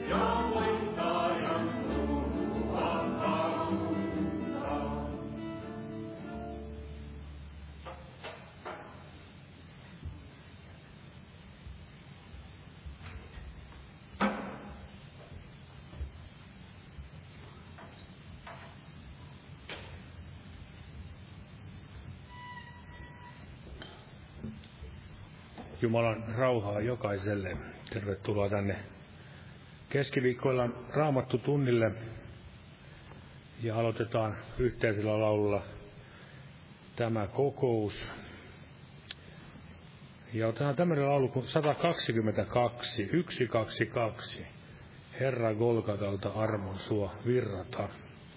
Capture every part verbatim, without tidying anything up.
Jumalan rauhaa jokaiselle. Tervetuloa tänne keskiviikkoilla Raamattu tunnille. Ja aloitetaan yhteisellä laululla tämä kokous. Ja otetaan tämmöinen laulu kuin sata kaksikymmentäkaksi, yksi kaksi kaksi. Herra Golgatalta armon suo virrata.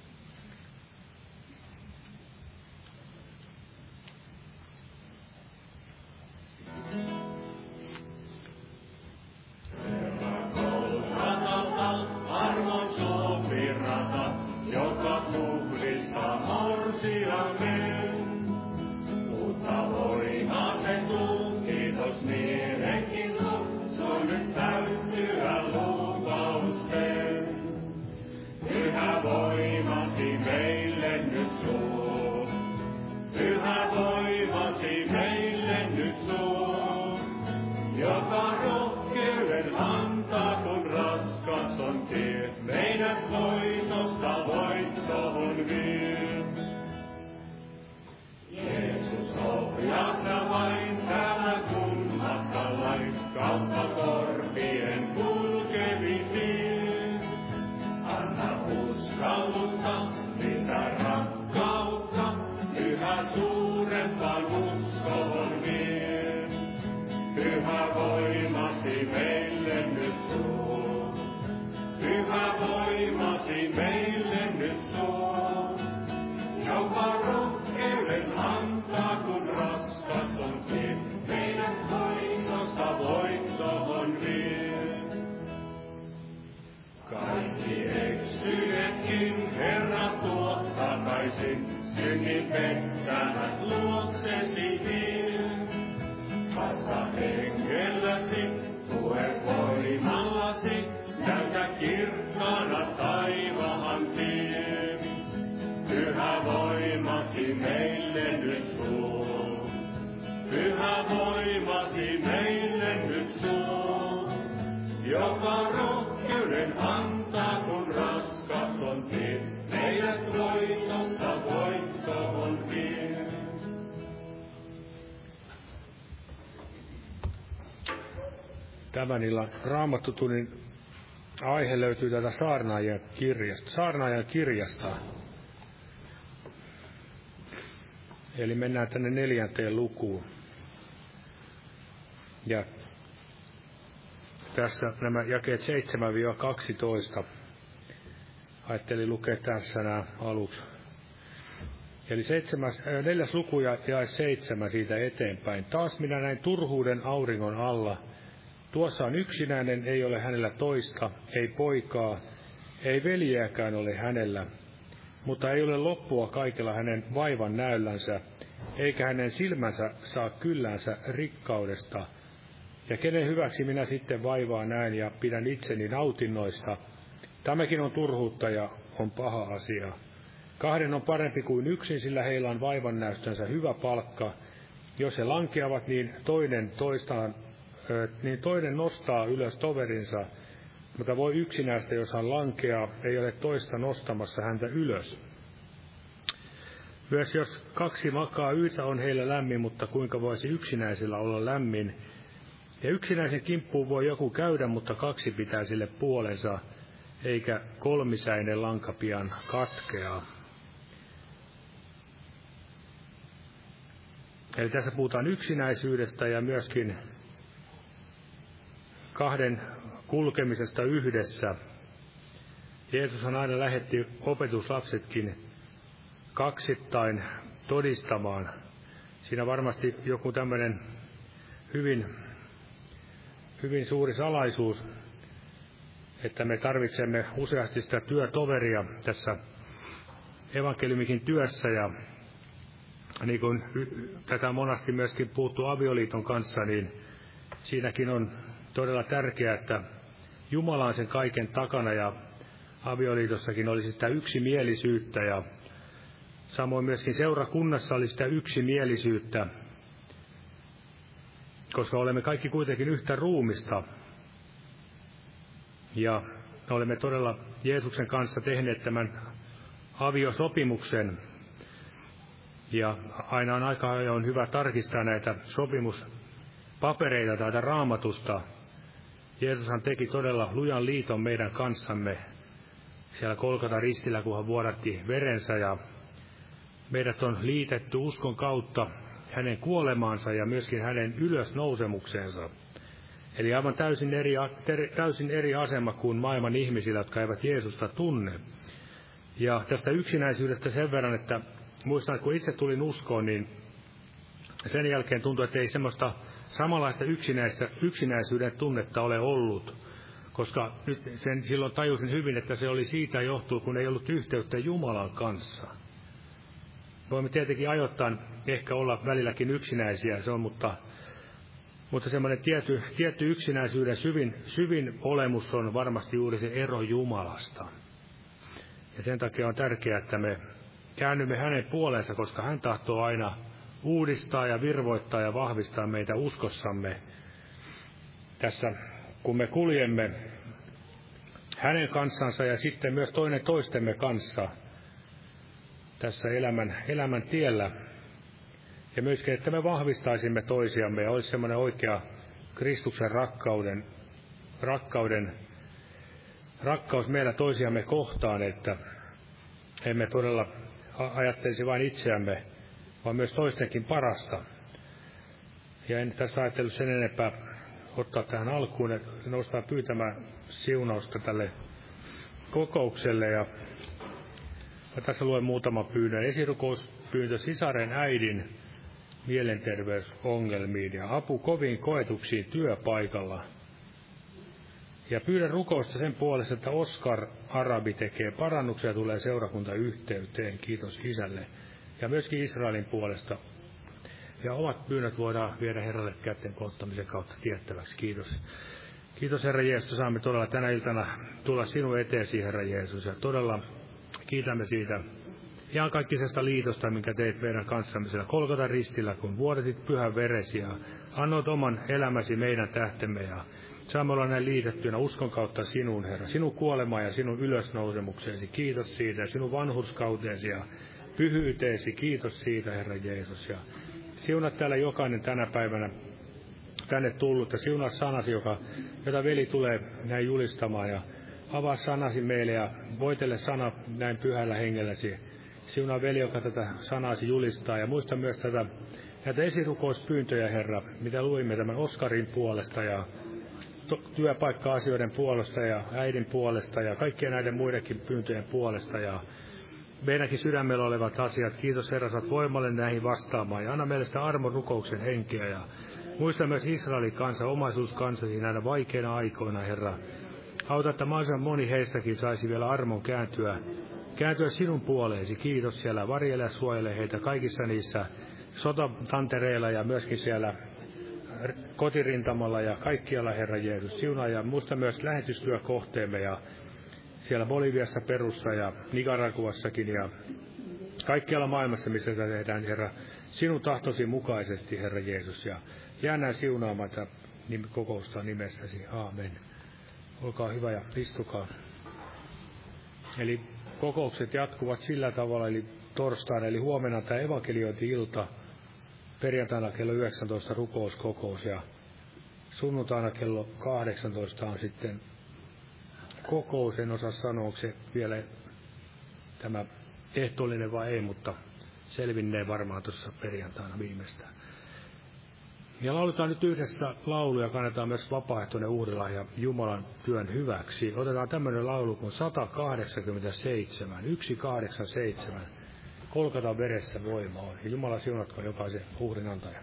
Tämän illan Raamattutunnin aihe löytyy täältä Saarnaajan kirjasta. Saarnaajan kirjasta. Eli mennään tänne neljänteen lukuun. Ja tässä nämä jakeet seitsemän kaksitoista. Ajattelin lukea tässä nämä aluksi. Eli seitsemäs, äh, neljäs luku ja jae seitsemän siitä eteenpäin. Taas minä näin turhuuden auringon alla. Tuossa on yksinäinen, ei ole hänellä toista, ei poikaa, ei veljeäkään ole hänellä, mutta ei ole loppua kaikella hänen vaivan näöllänsä, eikä hänen silmänsä saa kyllänsä rikkaudesta. Ja kenen hyväksi minä sitten vaivaa näen ja pidän itseni nautinnoista, tämäkin on turhuutta ja on paha asia. Kahden on parempi kuin yksin, sillä heillä on vaivan näystönsä hyvä palkka. Jos he lankeavat, niin toinen toistaan niin toinen nostaa ylös toverinsa, mutta voi yksinäistä, jos hän lankeaa, ei ole toista nostamassa häntä ylös. Myös jos kaksi makaa yhdessä, on heillä lämmin, mutta kuinka voisi yksinäisellä olla lämmin? Ja yksinäisen kimppuun voi joku käydä, mutta kaksi pitää sille puolensa, eikä kolmisäinen lanka pian katkeaa. Eli tässä puhutaan yksinäisyydestä ja myöskin kahden kulkemisesta yhdessä. Jeesushan aina lähetti opetuslapsetkin kaksittain todistamaan. Siinä varmasti joku tämmöinen hyvin, hyvin suuri salaisuus, että me tarvitsemme useasti sitä työtoveria tässä evankeliumikin työssä. Ja niin kuin tätä monasti myöskin puhuttu avioliiton kanssa, niin siinäkin on todella tärkeää, että Jumala on sen kaiken takana ja avioliitossakin oli sitä yksimielisyyttä ja samoin myöskin seurakunnassa oli sitä yksimielisyyttä, koska olemme kaikki kuitenkin yhtä ruumista ja olemme todella Jeesuksen kanssa tehneet tämän aviosopimuksen ja aina on aika on hyvä tarkistaa näitä sopimuspapereita täältä Raamatusta. Jeesushan teki todella lujan liiton meidän kanssamme siellä Golgatan ristillä, kun hän vuodatti verensä ja meidät on liitetty uskon kautta hänen kuolemaansa ja myöskin hänen ylösnousemuksensa. Eli aivan täysin eri, täysin eri asema kuin maailman ihmisillä, jotka eivät Jeesusta tunne. Ja tästä yksinäisyydestä sen verran, että muistan, että kun itse tulin uskoon, niin sen jälkeen tuntui, että ei semmoista samanlaista yksinäisyyden tunnetta ole ollut. Koska nyt sen silloin tajusin hyvin, että se oli siitä johtuu, kun ei ollut yhteyttä Jumalan kanssa. Voimme tietenkin ajoittain ehkä olla välilläkin yksinäisiä, se on, mutta, mutta semmoinen tietty, tietty yksinäisyyden syvin, syvin olemus on varmasti juuri se ero Jumalasta. Ja sen takia on tärkeää, että me käännymme hänen puoleensa, koska hän tahtoo aina uudistaa ja virvoittaa ja vahvistaa meitä uskossamme. Tässä kun me kuljemme hänen kanssansa ja sitten myös toinen toistemme kanssa tässä elämän, elämän tiellä. Ja myöskin, että me vahvistaisimme toisiamme ja olisi semmoinen oikea Kristuksen rakkauden, rakkauden, rakkaus meillä toisiamme kohtaan, että emme todella ajattelisi vain itseämme, vaan myös toistenkin parasta. Ja en tässä ajatellut sen enempää ottaa tähän alkuun, että nostaa pyytämään siunausta tälle kokoukselle. Ja, ja tässä luen muutaman pyynnön. Esirukouspyyntö sisaren äidin mielenterveysongelmiin ja apu koviin koetuksiin työpaikalla. Ja pyydän rukousta sen puolesta, että Oskar Arabi tekee parannuksia ja tulee seurakuntayhteyteen. Kiitos Isälle. Ja myöskin Israelin puolesta. Ja omat pyynnöt voidaan viedä Herralle kätten koottamisen kautta tiettäväksi. Kiitos. Kiitos Herra Jeesus, saamme todella tänä iltana tulla sinun eteesi, Herra Jeesus. Ja todella kiitämme siitä iankaikkisesta liitosta, minkä teit meidän kanssamme siellä Golgatan ristillä, kun vuodatit pyhän veresi ja annoit oman elämäsi meidän tähtemme. Ja saamme olla näin liitettynä uskon kautta sinuun, Herra, sinun kuolemaan ja sinun ylösnousemukseesi. Kiitos siitä ja sinun vanhurskauteesi ja pyhyyteesi. Kiitos siitä, Herra Jeesus. Ja siunat täällä jokainen tänä päivänä tänne tullut ja siunaa sanasi, joka, jota veli tulee näin julistamaan. Ja avaa sanasi meille ja voitele sana näin pyhällä hengelläsi. Siunaa veli, joka tätä sanasi julistaa. Ja muista myös tätä, näitä esirukouspyyntöjä, Herra, mitä luimme tämän Oskarin puolesta ja työpaikka-asioiden puolesta ja äidin puolesta ja kaikkien näiden muidenkin pyyntöjen puolesta ja meidänkin sydämellä olevat asiat. Kiitos Herra, saat voimalle näihin vastaamaan ja anna meille sitä armon rukouksen henkeä ja muista myös Israelin kansa, omaisuuskansasi näinä vaikeina aikoina, Herra. Auta, että mahdollisimman moni heistäkin saisi vielä armon kääntyä, kääntyä sinun puoleesi. Kiitos siellä, varjele ja suojele heitä kaikissa niissä sotatantereilla ja myöskin siellä kotirintamalla ja kaikkialla, Herra Jeesus. Siunaa ja muista myös lähetystyökohteemme ja siellä Boliviassa, Perussa ja Nicaraguassakin ja kaikkialla maailmassa, missä tätä tehdään, Herra, sinun tahtosi mukaisesti, Herra Jeesus. Ja jää näin siunaamaan tätä kokousta nimessäsi. Aamen. Olkaa hyvä ja istukaa. Eli kokoukset jatkuvat sillä tavalla, eli torstaina, eli huomenna tämä evankeliointi-ilta, perjantaina kello yhdeksäntoista rukouskokous ja sunnuntaina kello kahdeksantoista on sitten kokous. En osaa sanoa, onko se vielä tämä ehtoollinen vai ei, mutta selvinnee varmaan tuossa perjantaina viimeistään. Ja lauletaan nyt yhdessä laulu ja kannetaan myös vapaaehtoinen uhrilahja Jumalan työn hyväksi. Otetaan tämmöinen laulu kuin sata kahdeksankymmentäseitsemän, sata kahdeksankymmentäseitsemän. Golgatan veressä voima on. Ja Jumala siunatko jokaisen uhrin antaja.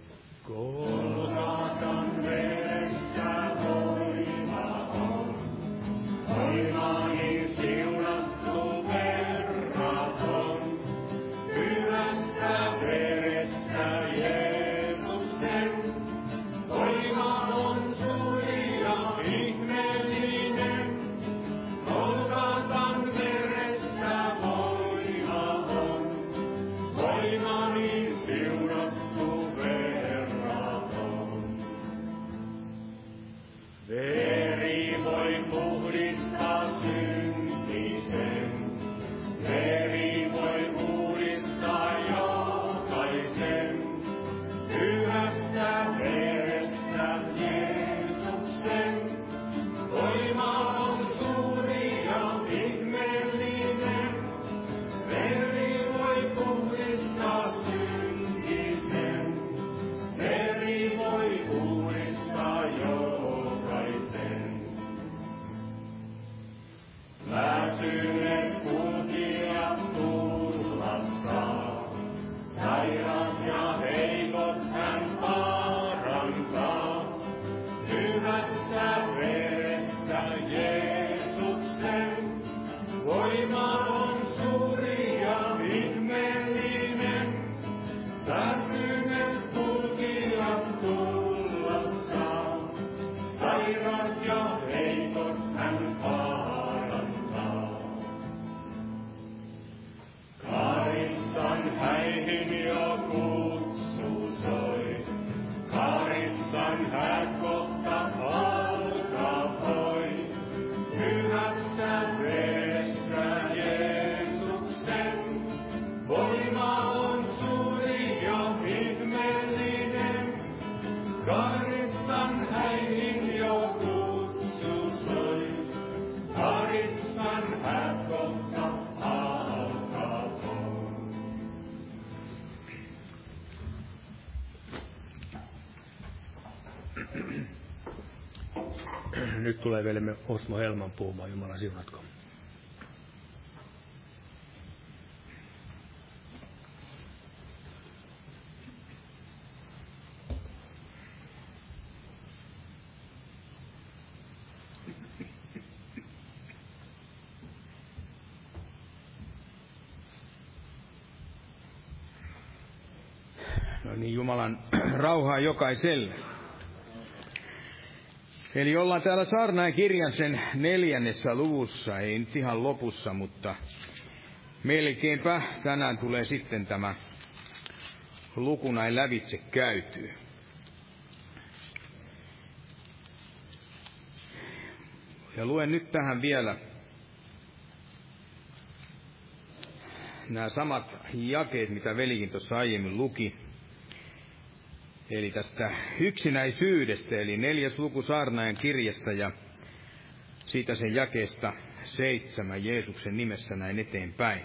Golgatan veressä voima on. nyt tulee velemme Osmo Helman puhumaan. Jumala siunatko. No niin, Jumalan rauhaa jokaiselle. Eli ollaan täällä Saarnaajan kirjan sen neljännessä luvussa, ei nyt ihan lopussa, mutta melkeinpä tänään tulee sitten tämä luku näin lävitse käytyy. Ja luen nyt tähän vielä nämä samat jakeet, mitä velikin tuossa aiemmin luki. Eli tästä yksinäisyydestä, eli neljäs luku Saarnaajan kirjasta ja siitä sen jakeesta seitsemän Jeesuksen nimessä näin eteenpäin.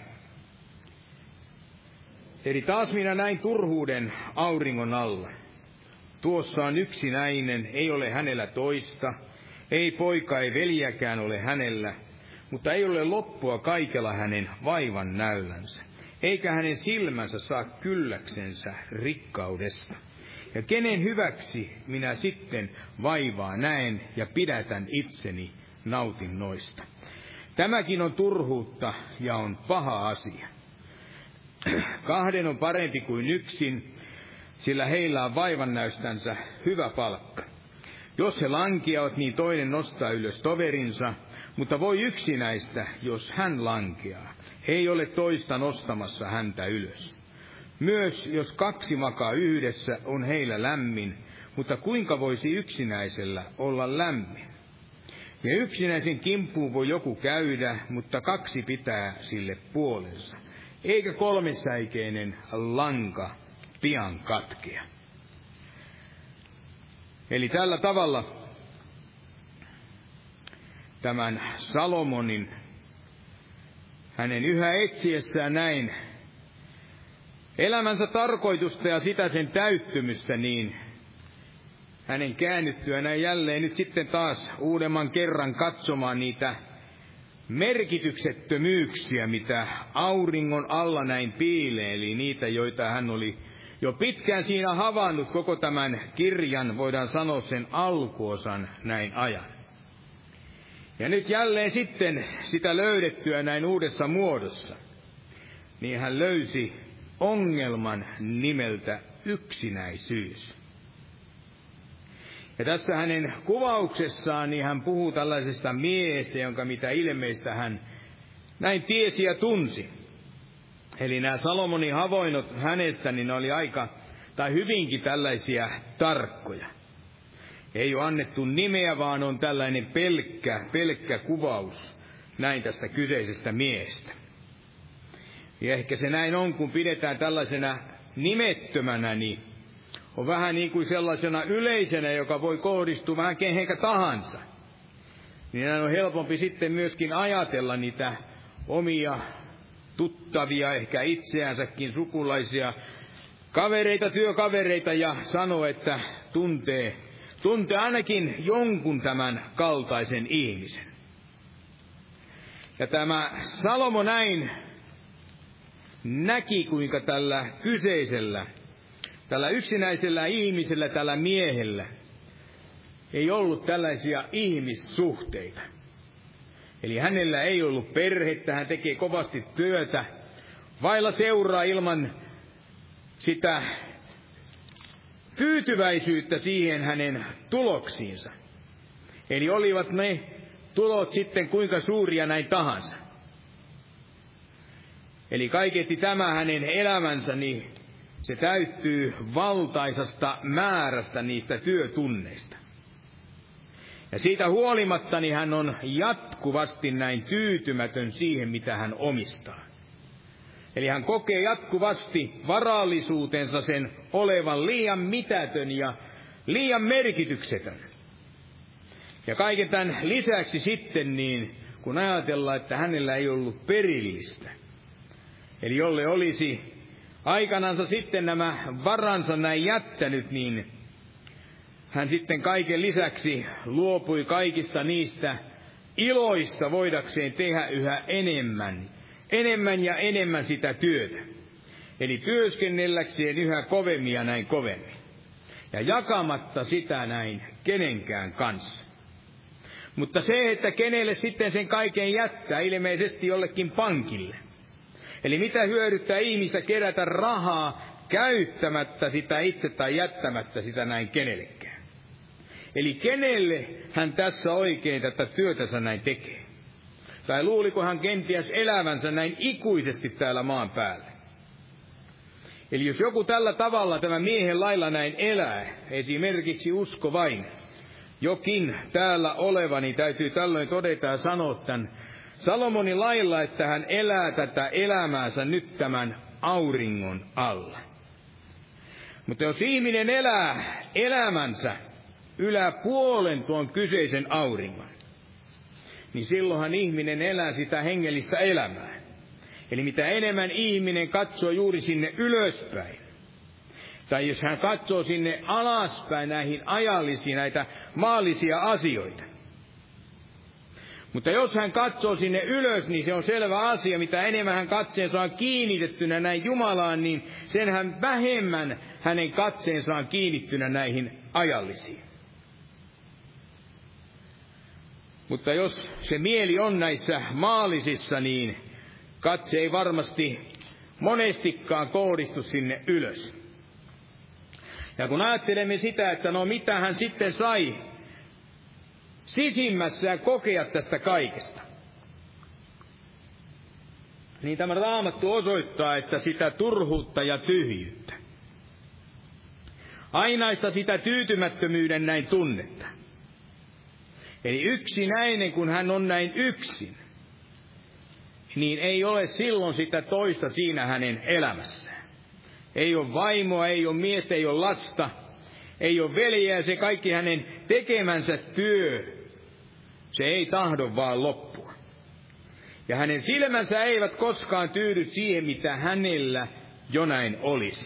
Eli taas minä näin turhuuden auringon alla. Tuossa on yksinäinen, ei ole hänellä toista, ei poika, ei veljäkään ole hänellä, mutta ei ole loppua kaikella hänen vaivan näyllänsä, eikä hänen silmänsä saa kylläksensä rikkaudesta. Ja kenen hyväksi minä sitten vaivaa näen ja pidätän itseni nautinnoista. Tämäkin on turhuutta ja on paha asia. Kahden on parempi kuin yksin, sillä heillä on vaivannäystänsä hyvä palkka. Jos he lankeavat, niin toinen nostaa ylös toverinsa, mutta voi yksinäistä, jos hän lankeaa. Ei ole toista nostamassa häntä ylös. Myös jos kaksi makaa yhdessä, on heillä lämmin, mutta kuinka voisi yksinäisellä olla lämmin? Ja yksinäisen kimppuun voi joku käydä, mutta kaksi pitää sille puolensa. Eikä kolmisäikeinen lanka pian katkea. Eli tällä tavalla tämän Salomonin, hänen yhä etsiessään näin elämänsä tarkoitusta ja sitä sen täyttymystä, niin hänen käännyttyä näin jälleen nyt sitten taas uudemman kerran katsomaan niitä merkityksettömyyksiä, mitä auringon alla näin piilee, eli niitä, joita hän oli jo pitkään siinä havainnut koko tämän kirjan, voidaan sanoa sen alkuosan näin ajan. Ja nyt jälleen sitten sitä löydettyä näin uudessa muodossa, niin hän löysi ongelman nimeltä yksinäisyys. Ja tässä hänen kuvauksessaan niin hän puhuu tällaisesta miehestä, jonka mitä ilmeistä hän näin tiesi ja tunsi. Eli nämä Salomonin havainnot hänestä, niin ne oli aika, tai hyvinkin tällaisia tarkkoja. Ei ole annettu nimeä, vaan on tällainen pelkkä, pelkkä kuvaus näin tästä kyseisestä miehestä. Ja ehkä se näin on, kun pidetään tällaisena nimettömänä, niin on vähän niin kuin sellaisena yleisenä, joka voi kohdistua vähän kenenkä tahansa. Niin on helpompi sitten myöskin ajatella niitä omia tuttavia, ehkä itseänsäkin sukulaisia, kavereita, työkavereita ja sanoa, että tuntee, tuntee ainakin jonkun tämän kaltaisen ihmisen. Ja tämä Salomo näin näki, kuinka tällä kyseisellä, tällä yksinäisellä ihmisellä, tällä miehellä, ei ollut tällaisia ihmissuhteita. Eli hänellä ei ollut perhettä, hän tekee kovasti työtä, vailla seuraa ilman sitä tyytyväisyyttä siihen hänen tuloksiinsa. Eli olivat ne tulot sitten kuinka suuria näin tahansa. Eli kaiketi tämä hänen elämänsä, niin se täyttyy valtaisasta määrästä niistä työtunneista. Ja siitä huolimatta niin hän on jatkuvasti näin tyytymätön siihen, mitä hän omistaa. Eli hän kokee jatkuvasti varallisuutensa sen olevan liian mitätön ja liian merkityksetön. Ja kaiken tämän lisäksi sitten, niin kun ajatellaan, että hänellä ei ollut perillistä, eli jolle olisi aikanansa sitten nämä varansa näin jättänyt, niin hän sitten kaiken lisäksi luopui kaikista niistä iloista voidakseen tehdä yhä enemmän, enemmän ja enemmän sitä työtä. Eli työskennelläkseen yhä kovemmin ja näin kovemmin. Ja jakamatta sitä näin kenenkään kanssa. Mutta se, että kenelle sitten sen kaiken jättää, ilmeisesti jollekin pankille. Eli mitä hyödyttää ihmistä kerätä rahaa käyttämättä sitä itse tai jättämättä sitä näin kenellekään. Eli kenelle hän tässä oikein tätä työtänsä näin tekee? Tai luuliko hän kenties elävänsä näin ikuisesti täällä maan päällä? Eli jos joku tällä tavalla tämä miehen lailla näin elää, esimerkiksi usko vain, jokin täällä oleva, niin täytyy tällöin todeta ja sanoa tämän Salomonin lailla, että hän elää tätä elämäänsä nyt tämän auringon alla. Mutta jos ihminen elää elämänsä yläpuolen tuon kyseisen auringon, niin silloinhan ihminen elää sitä hengellistä elämää. Eli mitä enemmän ihminen katsoo juuri sinne ylöspäin, tai jos hän katsoo sinne alaspäin näihin ajallisiin, näitä maallisia asioita. Mutta jos hän katsoo sinne ylös, niin se on selvä asia. Mitä enemmän hän katseensa on kiinnitettynä näin Jumalaan, niin senhän vähemmän hänen katseensa on kiinnittynä näihin ajallisiin. Mutta jos se mieli on näissä maallisissa, niin katse ei varmasti monestikaan kohdistu sinne ylös. Ja kun ajattelemme sitä, että no mitä hän sitten sai sisimmässään kokea tästä kaikesta, niin tämä Raamattu osoittaa, että sitä turhuutta ja tyhjyyttä, ainaista sitä tyytymättömyyden näin tunnetta. Eli yksinäinen, kun hän on näin yksin, niin ei ole silloin sitä toista siinä hänen elämässään. Ei ole vaimoa, ei ole miestä, ei ole lasta, ei ole veljeä, se kaikki hänen tekemänsä työ, se ei tahdo vaan loppua. Ja hänen silmänsä eivät koskaan tyydy siihen, mitä hänellä jonain olisi.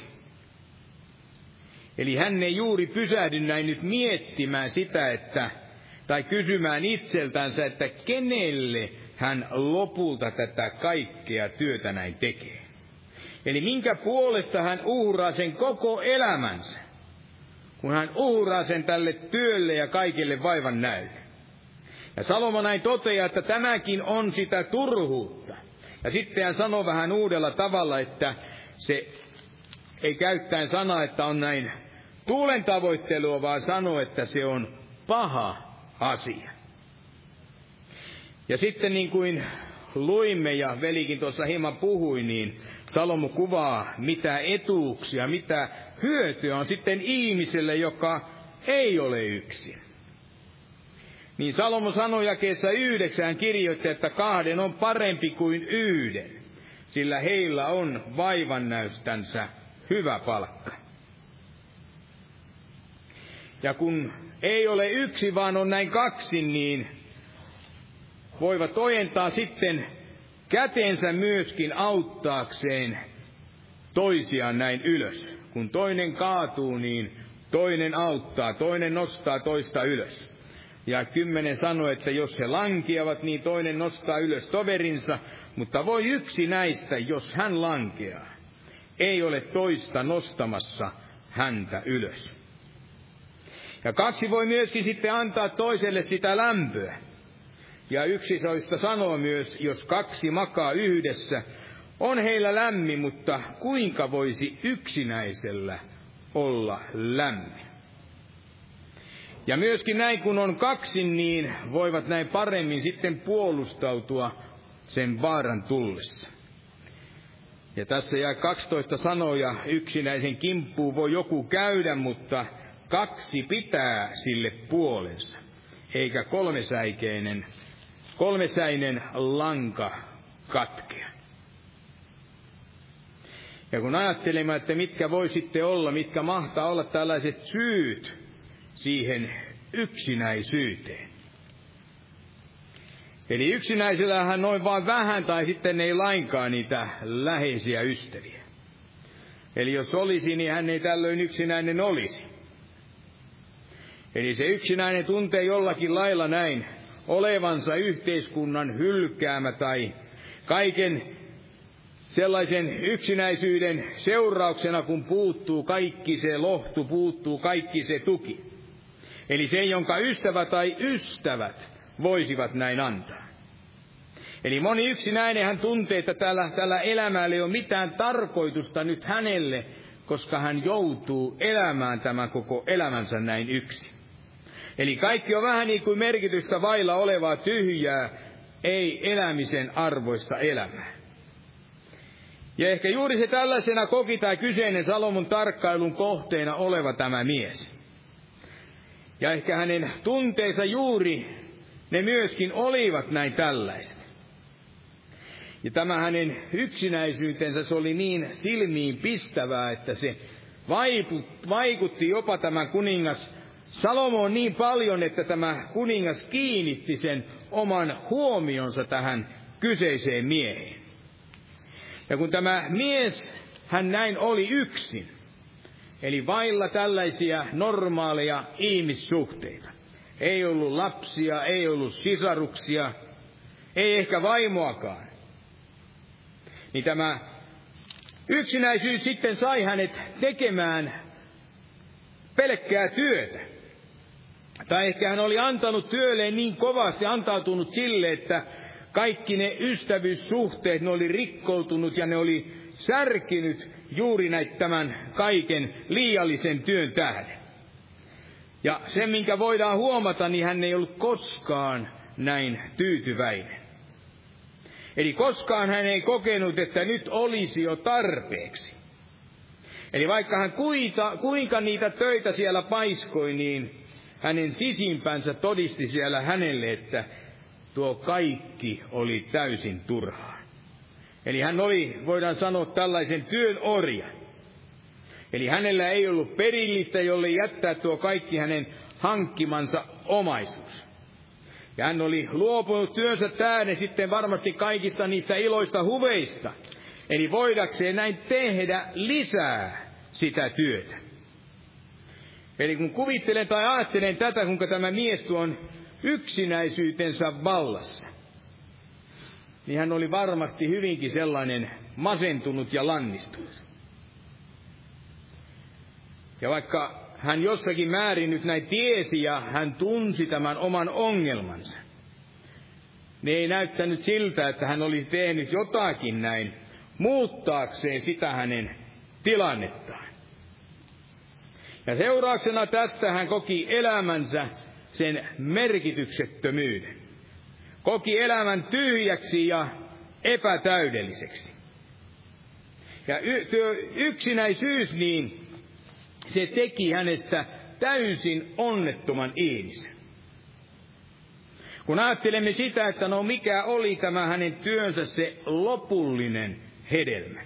Eli hän ei juuri pysähdy näin nyt miettimään sitä, että, tai kysymään itseltänsä, että kenelle hän lopulta tätä kaikkea työtä näin tekee. Eli minkä puolesta hän uhraa sen koko elämänsä, kun hän uhraa sen tälle työlle ja kaikille vaivan näylle. Ja Salomo näin toteaa, että tämäkin on sitä turhuutta. Ja sitten hän sanoo vähän uudella tavalla, että se ei käyttäen sanaa, että on näin tuulen tavoittelua, vaan sanoo, että se on paha asia. Ja sitten niin kuin luimme ja velikin tuossa hieman puhui, niin Salomo kuvaa, mitä etuuksia, mitä hyötyä on sitten ihmiselle, joka ei ole yksin. Niin Salomo sanoi jakeessa yhdeksään kirjoitti, että kahden on parempi kuin yhden, sillä heillä on vaivannäystänsä hyvä palkka. Ja kun ei ole yksi, vaan on näin kaksi, niin voivat ojentaa sitten kätensä myöskin auttaakseen toisiaan näin ylös. Kun toinen kaatuu, niin toinen auttaa, toinen nostaa toista ylös. Ja kymmenen sanoi, että jos he lankeavat, niin toinen nostaa ylös toverinsa, mutta voi yksi näistä, jos hän lankeaa, ei ole toista nostamassa häntä ylös. Ja kaksi voi myöskin sitten antaa toiselle sitä lämpöä. Ja yksi soista sanoo myös, jos kaksi makaa yhdessä, on heillä lämmin, mutta kuinka voisi yksinäisellä olla lämmin? Ja myöskin näin, kun on kaksi, niin voivat näin paremmin sitten puolustautua sen vaaran tullessa. Ja tässä jää kaksitoista sanoja, yksinäisen kimppuun voi joku käydä, mutta kaksi pitää sille puolensa, eikä kolmesäikeinen, kolmesäinen lanka katkea. Ja kun ajattelemme, että mitkä voi sitten olla, mitkä mahtaa olla tällaiset syyt siihen yksinäisyyteen. Eli yksinäisellähän noin vaan vähän tai sitten ei lainkaan niitä läheisiä ystäviä. Eli jos olisi, niin hän ei tällöin yksinäinen olisi. Eli se yksinäinen tuntee jollakin lailla näin olevansa yhteiskunnan hylkäämä tai kaiken sellaisen yksinäisyyden seurauksena, kun puuttuu kaikki se lohtu, puuttuu kaikki se tuki. Eli se, jonka ystävä tai ystävät voisivat näin antaa. Eli moni yksinäinen hän tuntee, että tällä, tällä elämällä ei ole mitään tarkoitusta nyt hänelle, koska hän joutuu elämään tämän koko elämänsä näin yksin. Eli kaikki on vähän niin kuin merkitystä vailla olevaa tyhjää, ei elämisen arvoista elämää. Ja ehkä juuri se tällaisena koki tämä kyseinen Salomon tarkkailun kohteena oleva tämä mies. Ja ehkä hänen tunteensa juuri ne myöskin olivat näin tällaiset. Ja tämä hänen yksinäisyytensä, se oli niin silmiin pistävää, että se vaikutti jopa tämän kuningas Salomoon niin paljon, että tämä kuningas kiinnitti sen oman huomionsa tähän kyseiseen mieheen. Ja kun tämä mies, hän näin oli yksin, eli vailla tällaisia normaaleja ihmissuhteita. Ei ollut lapsia, ei ollut sisaruksia, ei ehkä vaimoakaan. Niin tämä yksinäisyys sitten sai hänet tekemään pelkkää työtä. Tai ehkä hän oli antanut työlleen niin kovasti, antautunut sille, että kaikki ne ystävyyssuhteet, ne oli rikkoutunut ja ne oli särkinyt juuri näitä tämän kaiken liiallisen työn tähden. Ja se, minkä voidaan huomata, niin hän ei ollut koskaan näin tyytyväinen. Eli koskaan hän ei kokenut, että nyt olisi jo tarpeeksi. Eli vaikka hän kuita, kuinka niitä töitä siellä paiskoi, niin hänen sisimpänsä todisti siellä hänelle, että tuo kaikki oli täysin turhaa. Eli hän oli, voidaan sanoa, tällaisen työn orja. Eli hänellä ei ollut perillistä, jolle jättää tuo kaikki hänen hankkimansa omaisuus. Ja hän oli luopunut työnsä tähden sitten varmasti kaikista niistä iloista huveista. Eli voidakseen näin tehdä lisää sitä työtä. Eli kun kuvittelen tai ajattelen tätä, kuinka tämä mies tuon yksinäisyytensä vallassa, niin hän oli varmasti hyvinkin sellainen masentunut ja lannistunut. Ja vaikka hän jossakin määrin nyt näin tiesi ja hän tunsi tämän oman ongelmansa, niin ei näyttänyt siltä, että hän olisi tehnyt jotakin näin muuttaakseen sitä hänen tilannettaan. Ja seurauksena tästä hän koki elämänsä sen merkityksettömyyden. Koki elämän tyhjäksi ja epätäydelliseksi. Ja y- yksinäisyys, niin se teki hänestä täysin onnettoman ihmisen. Kun ajattelemme sitä, että no mikä oli tämä hänen työnsä se lopullinen hedelmä,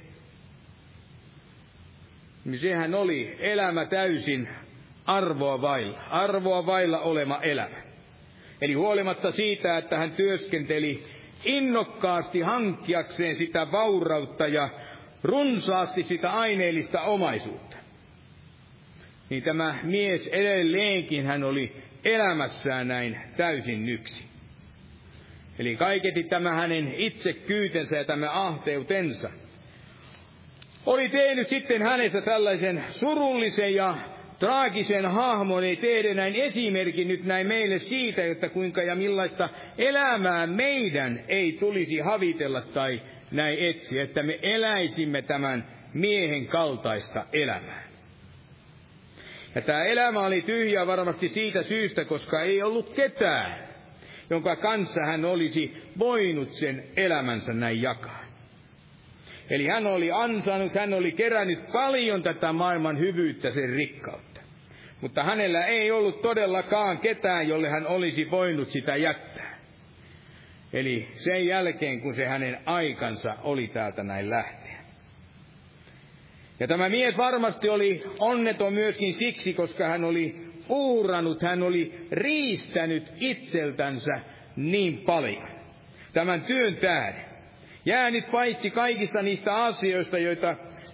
niin sehän oli elämä täysin arvoa vailla, arvoa vailla olema elämä. Eli huolimatta siitä, että hän työskenteli innokkaasti hankkiakseen sitä vaurautta ja runsaasti sitä aineellista omaisuutta, niin tämä mies edelleenkin hän oli elämässään näin täysin yksi. Eli kaiketi tämä hänen itsekyytensä ja tämä ahteutensa oli tehnyt sitten hänestä tällaisen surullisen ja traagisen hahmon, ei tehdä näin esimerkin nyt näin meille siitä, että kuinka ja millaista elämää meidän ei tulisi havitella tai näin etsiä, että me eläisimme tämän miehen kaltaista elämää. Ja tämä elämä oli tyhjää varmasti siitä syystä, koska ei ollut ketään, jonka kanssa hän olisi voinut sen elämänsä näin jakaa. Eli hän oli ansainnut, hän oli kerännyt paljon tätä maailman hyvyyttä, sen rikkautta. Mutta hänellä ei ollut todellakaan ketään, jolle hän olisi voinut sitä jättää. Eli sen jälkeen, kun se hänen aikansa oli täältä näin lähteä. Ja tämä mies varmasti oli onneton myöskin siksi, koska hän oli uhrannut, hän oli riistänyt itseltänsä niin paljon tämän työn tähden. Jäänyt paitsi kaikista niistä asioista, joita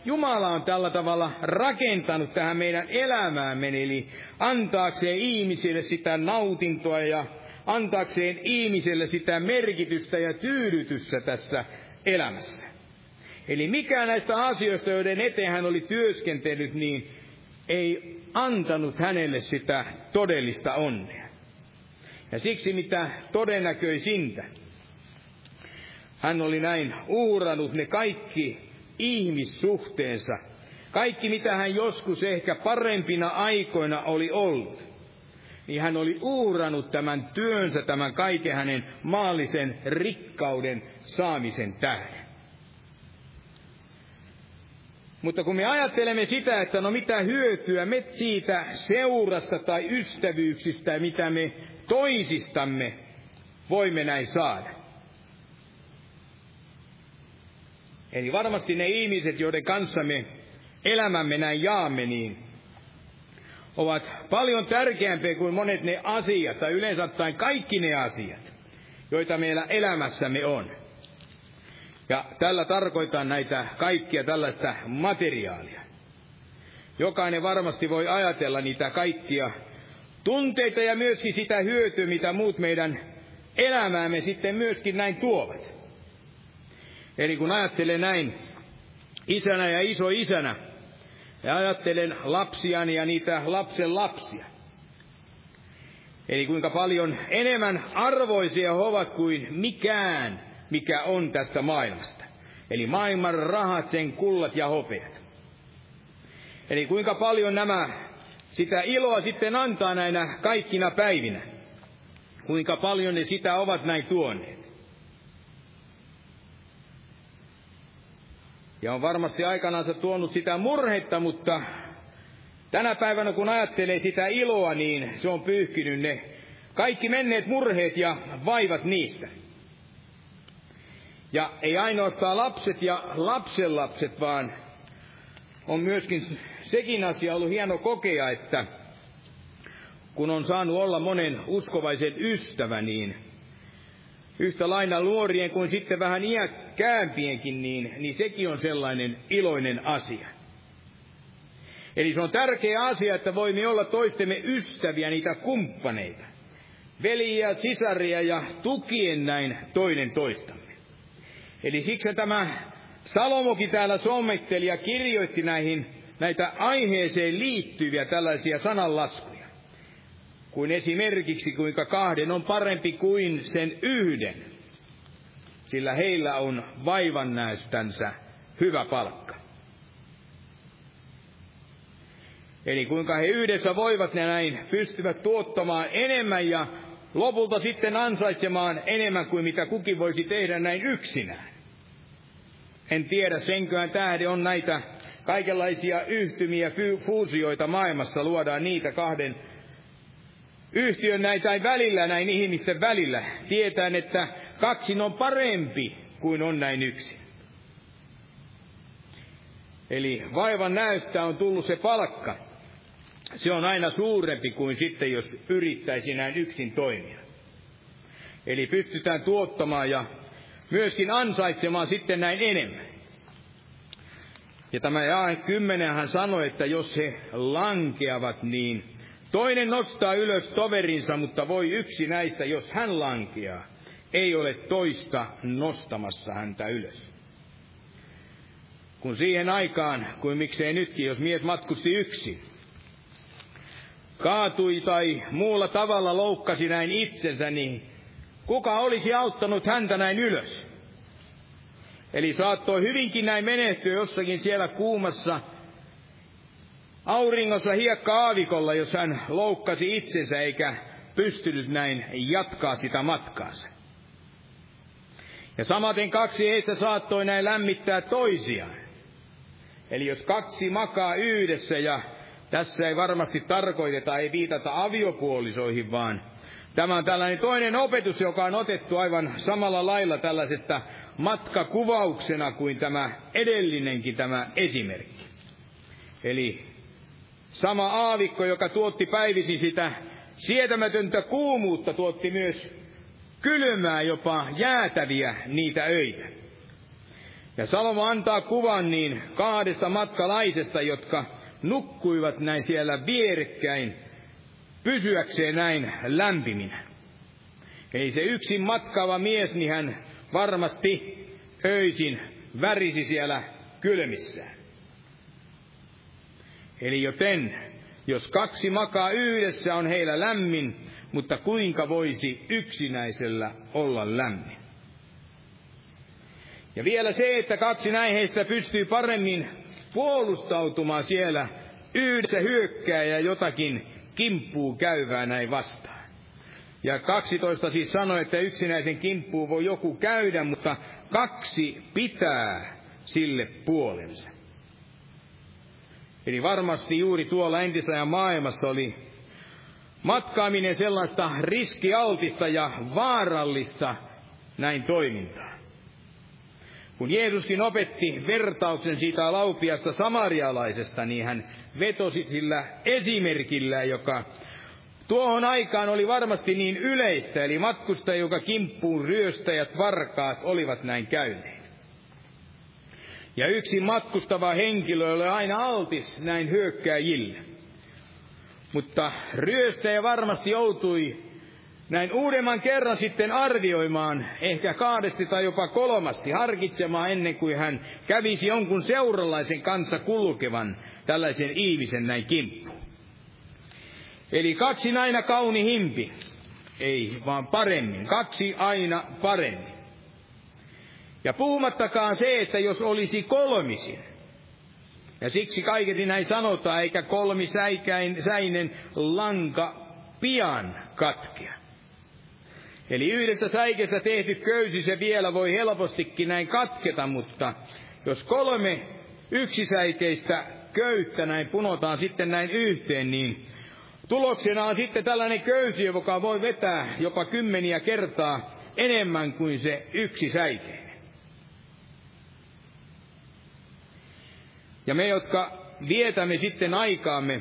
Jumala on tällä tavalla rakentanut tähän meidän elämäämme, eli antaakseen ihmisille sitä nautintoa ja antaakseen ihmisille sitä merkitystä ja tyydytystä tässä elämässä. Eli mikään näistä asioista, joiden eteen hän oli työskentellyt, niin ei antanut hänelle sitä todellista onnea. Ja siksi mitä todennäköisintä, hän oli näin uhrannut ne kaikki ihmissuhteensa, kaikki mitä hän joskus ehkä parempina aikoina oli ollut, niin hän oli uhrannut tämän työnsä, tämän kaiken hänen maallisen rikkauden saamisen tähden. Mutta kun me ajattelemme sitä, että no mitä hyötyä me siitä seurasta tai ystävyyksistä, mitä me toisistamme voimme näin saada. Eli varmasti ne ihmiset, joiden kanssa me elämämme näin jaamme, niin ovat paljon tärkeämpiä kuin monet ne asiat, tai yleensä ottaen kaikki ne asiat, joita meillä elämässämme on. Ja tällä tarkoitan näitä kaikkia tällaista materiaalia. Jokainen varmasti voi ajatella niitä kaikkia tunteita ja myöskin sitä hyötyä, mitä muut meidän elämäämme sitten myöskin näin tuovat. Eli kun ajattelen näin isänä ja isoisänä, ja ajattelen lapsiani ja niitä lapsen lapsia. Eli kuinka paljon enemmän arvoisia he ovat kuin mikään, mikä on tästä maailmasta. Eli maailman rahat, sen kullat ja hopeat. Eli kuinka paljon nämä sitä iloa sitten antaa näinä kaikkina päivinä. Kuinka paljon ne sitä ovat näin tuoneet. Ja on varmasti aikanaansa tuonut sitä murhetta, mutta tänä päivänä kun ajattelee sitä iloa, niin se on pyyhkinyt ne kaikki menneet murheet ja vaivat niistä. Ja ei ainoastaan lapset ja lapsenlapset, vaan on myöskin sekin asia ollut hieno kokea, että kun on saanut olla monen uskovaisen ystävä, niin yhtä lailla nuorien kuin sitten vähän iäkkäämpienkin, niin, niin sekin on sellainen iloinen asia. Eli se on tärkeä asia, että voimme olla toistemme ystäviä, niitä kumppaneita, veliä, sisaria ja tukien näin toinen toistamme. Eli siksi tämä Salomokin täällä sommitteli ja kirjoitti näihin näitä aiheeseen liittyviä tällaisia sananlaskuja. Kuin esimerkiksi kuinka kahden on parempi kuin sen yhden, sillä heillä on vaivannäystänsä hyvä palkka. Eli kuinka he yhdessä voivat ne näin pystyvät tuottamaan enemmän ja lopulta sitten ansaitsemaan enemmän kuin mitä kukin voisi tehdä näin yksinään. En tiedä, senköhän tähden on näitä kaikenlaisia yhtymiä, fuusioita maailmassa, luodaan niitä kahden yhtiön näitä välillä, näin ihmisten välillä, tietäen, että kaksin on parempi kuin on näin yksi. Eli vaivan näystä on tullut se palkka. Se on aina suurempi kuin sitten, jos yrittäisi näin yksin toimia. Eli pystytään tuottamaan ja myöskin ansaitsemaan sitten näin enemmän. Ja tämä jae kymmenen hän sanoi, että jos he lankeavat, niin toinen nostaa ylös toverinsa, mutta voi yksi näistä, jos hän lankeaa, ei ole toista nostamassa häntä ylös. Kun siihen aikaan, kuin miksei nytkin, jos mies matkusti yksin, kaatui tai muulla tavalla loukkasi näin itsensä, niin kuka olisi auttanut häntä näin ylös? Eli saattoi hyvinkin näin menehtyä jossakin siellä kuumassa auringossa hiekka-aavikolla, jos hän loukkasi itsensä eikä pystynyt näin jatkaa sitä matkaansa. Ja samaten kaksi heistä saattoi näin lämmittää toisiaan. Eli jos kaksi makaa yhdessä, ja tässä ei varmasti tarkoiteta, ei viitata aviopuolisoihin, vaan tämä on tällainen toinen opetus, joka on otettu aivan samalla lailla tällaisesta matkakuvauksena kuin tämä edellinenkin tämä esimerkki. Eli sama aavikko, joka tuotti päivisin sitä sietämätöntä kuumuutta, tuotti myös kylmää, jopa jäätäviä niitä öitä. Ja Salomo antaa kuvan niin kahdesta matkalaisesta, jotka nukkuivat näin siellä vierekkäin, pysyäkseen näin lämpiminä. Eli se yksin matkaava mies, niin hän varmasti öisin värisi siellä kylmissään. Eli joten, jos kaksi makaa yhdessä, on heillä lämmin, mutta kuinka voisi yksinäisellä olla lämmin? Ja vielä se, että kaksi näiheistä pystyy paremmin puolustautumaan siellä yhdessä hyökkää ja jotakin kimppuu käyvää näin vastaan. Ja kaksitoista siis sanoi, että yksinäisen kimppuun voi joku käydä, mutta kaksi pitää sille puolensa. Eli varmasti juuri tuolla entisajan maailmassa oli matkaaminen sellaista riskialtista ja vaarallista näin toimintaa. Kun Jeesuskin opetti vertauksen siitä laupiasta samarialaisesta, niin hän vetosi sillä esimerkillä, joka tuohon aikaan oli varmasti niin yleistä, eli matkustaja, joka kimppuun ryöstäjät, varkaat olivat näin käyneet. Ja yksi matkustava henkilö oli aina altis näin hyökkääjille. Mutta ryöstäjä varmasti joutui näin uudemman kerran sitten arvioimaan, ehkä kahdesti tai jopa kolmasti, harkitsemaan ennen kuin hän kävisi jonkun seuralaisen kanssa kulkevan tällaisen ihmisen näin kimppuun. Eli kaksi aina kaunihimpi, ei vaan paremmin, kaksi aina paremmin. Ja puhumattakaan se, että jos olisi kolmisin, ja siksi kaiketi näin sanotaan, eikä kolmisäinen lanka pian katkea. Eli yhdestä säikestä tehty köysi se vielä voi helpostikin näin katketa, mutta jos kolme yksisäikeistä köyttä näin punotaan sitten näin yhteen, niin tuloksena on sitten tällainen köysi, joka voi vetää jopa kymmeniä kertaa enemmän kuin se yksisäikeinen. Ja me, jotka vietämme sitten aikaamme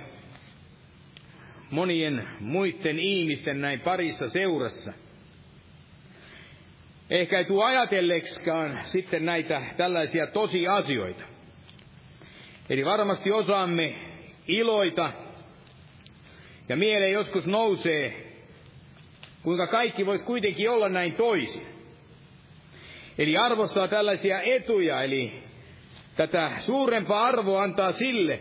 monien muiden ihmisten näin parissa seurassa, ehkä ei tule ajatelleksikaan sitten näitä tällaisia tosiasioita. Eli varmasti osaamme iloita, ja mieleen joskus nousee, kuinka kaikki voisi kuitenkin olla näin toisin. Eli arvostaa tällaisia etuja, eli tätä suurempaa arvoa antaa sille,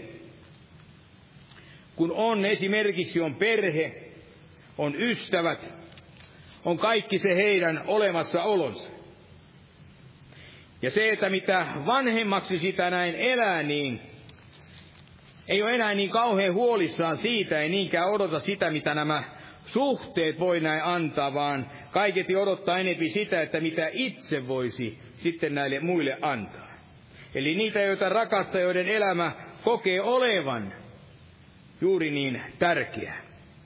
kun on esimerkiksi on perhe, on ystävät, on kaikki se heidän olemassaolonsa. Ja se, että mitä vanhemmaksi sitä näin elää, niin ei ole enää niin kauhean huolissaan siitä, ei niinkään odota sitä, mitä nämä suhteet voi näin antaa, vaan kaiketi odottaa enemmän sitä, että mitä itse voisi sitten näille muille antaa. Eli niitä, joita rakastaa, joiden elämä kokee olevan juuri niin tärkeää.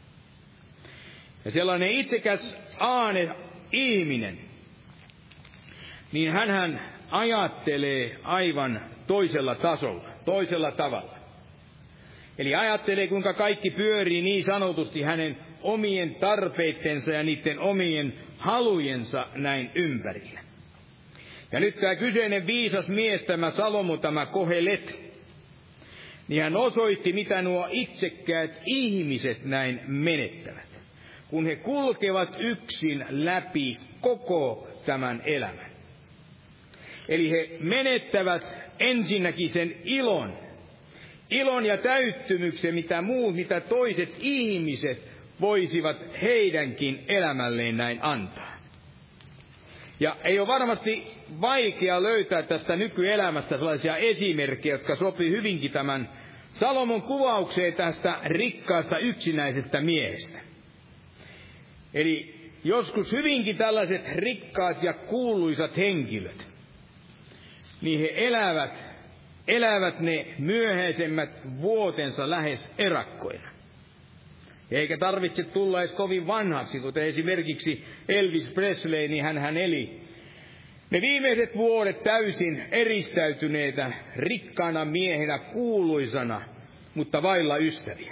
Ja sellainen itsekäs aane ihminen, niin hänhän ajattelee aivan toisella tasolla, toisella tavalla. Eli ajattelee, kuinka kaikki pyörii niin sanotusti hänen omien tarpeittensa ja niiden omien halujensa näin ympärillä. Ja nyt tämä kyseinen viisas mies, tämä Salomo, tämä Kohelet, niin hän osoitti, mitä nuo itsekkäät ihmiset näin menettävät, kun he kulkevat yksin läpi koko tämän elämän. Eli he menettävät ensinnäkin sen ilon, ilon ja täyttymyksen, mitä muut, mitä toiset ihmiset voisivat heidänkin elämälleen näin antaa. Ja ei ole varmasti vaikea löytää tästä nykyelämästä sellaisia esimerkkejä, jotka sopii hyvinkin tämän Salomon kuvaukseen tästä rikkaasta yksinäisestä miehestä. Eli joskus hyvinkin tällaiset rikkaat ja kuuluisat henkilöt, niin he elävät, elävät ne myöhäisemmät vuotensa lähes erakkoina. Eikä tarvitse tulla edes kovin vanhaksi, kuten esimerkiksi Elvis Presley, niin hän, hän eli ne viimeiset vuodet täysin eristäytyneitä, rikkaana miehenä, kuuluisana, mutta vailla ystäviä.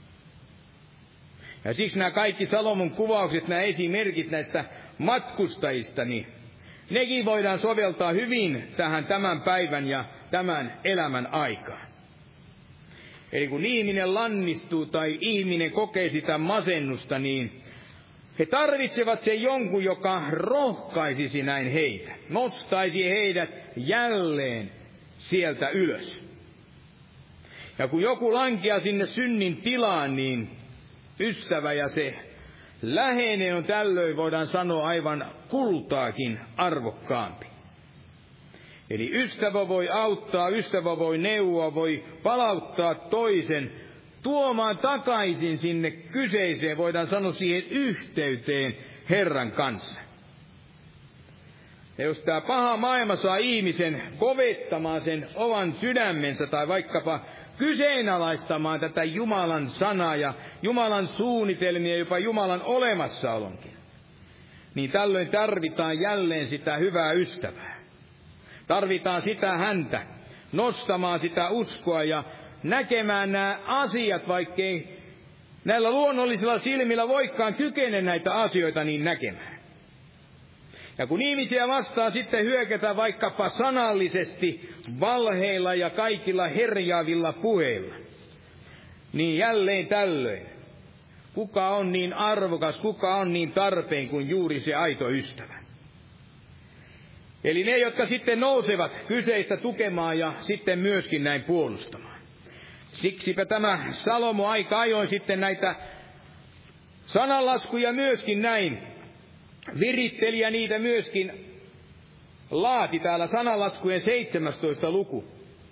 Ja siksi nämä kaikki Salomon kuvaukset, nämä esimerkit näistä matkustajista, niin nekin voidaan soveltaa hyvin tähän tämän päivän ja tämän elämän aikaan. Eli kun ihminen lannistuu tai ihminen kokee sitä masennusta, niin he tarvitsevat sen jonkun, joka rohkaisisi näin heitä, nostaisi heidät jälleen sieltä ylös. Ja kun joku lankeaa sinne synnin tilaan, niin ystävä ja se läheinen on tällöin, voidaan sanoa, aivan kultaakin arvokkaampi. Eli ystävä voi auttaa, ystävä voi neuvoa, voi palauttaa toisen, tuomaan takaisin sinne kyseiseen, voidaan sanoa siihen yhteyteen Herran kanssa. Ja jos tämä paha maailma saa ihmisen kovettamaan sen oman sydämensä tai vaikkapa kyseenalaistamaan tätä Jumalan sanaa ja Jumalan suunnitelmia, jopa Jumalan olemassaolonkin, niin tällöin tarvitaan jälleen sitä hyvää ystävää. Tarvitaan sitä häntä, nostamaan sitä uskoa ja näkemään nämä asiat, vaikkei näillä luonnollisilla silmillä voikaan kykene näitä asioita niin näkemään. Ja kun ihmisiä vastaan sitten hyökätään vaikkapa sanallisesti, valheilla ja kaikilla herjaavilla puheilla, niin jälleen tällöin, kuka on niin arvokas, kuka on niin tarpeen kuin juuri se aito ystävä. Eli ne, jotka sitten nousevat kyseistä tukemaan ja sitten myöskin näin puolustamaan. Siksipä tämä Salomo aika ajoin sitten näitä sananlaskuja myöskin näin viritteli ja niitä myöskin laati täällä sananlaskujen seitsemästoista luku.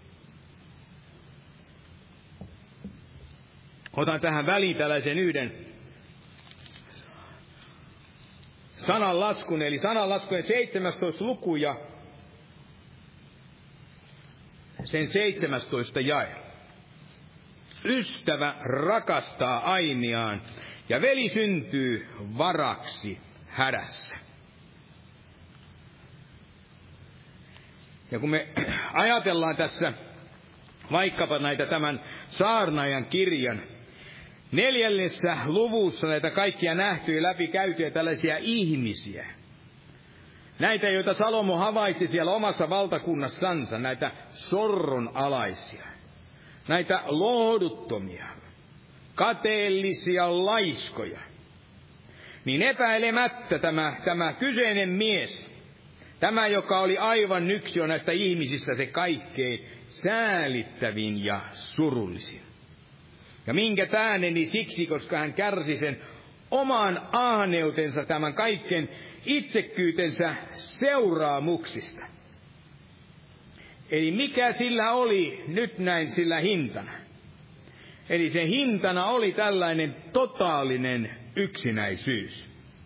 Otan tähän väliin tällaisen yhden sananlaskun, eli sananlaskujen seitsemästoista luku ja sen seitsemästoista jae. Ystävä rakastaa ainiaan ja veli syntyy varaksi hädässä. Ja kun me ajatellaan tässä vaikkapa näitä tämän saarnaajan kirjan neljännessä luvussa näitä kaikkia nähtyjä läpi käytyjä tällaisia ihmisiä, näitä, joita Salomo havaitsi siellä omassa valtakunnassansa, näitä sorronalaisia, näitä lohduttomia, kateellisia laiskoja, niin epäilemättä tämä, tämä kyseinen mies, tämä, joka oli aivan yksi jo näistä ihmisistä se kaikkein säälittävin ja surullisin. Ja minkä tähden, niin siksi, koska hän kärsi sen oman ahneutensa, tämän kaiken itsekkyytensä seuraamuksista. Eli mikä sillä oli nyt näin sillä hintana? Eli sen hintana oli tällainen totaalinen yksinäisyys.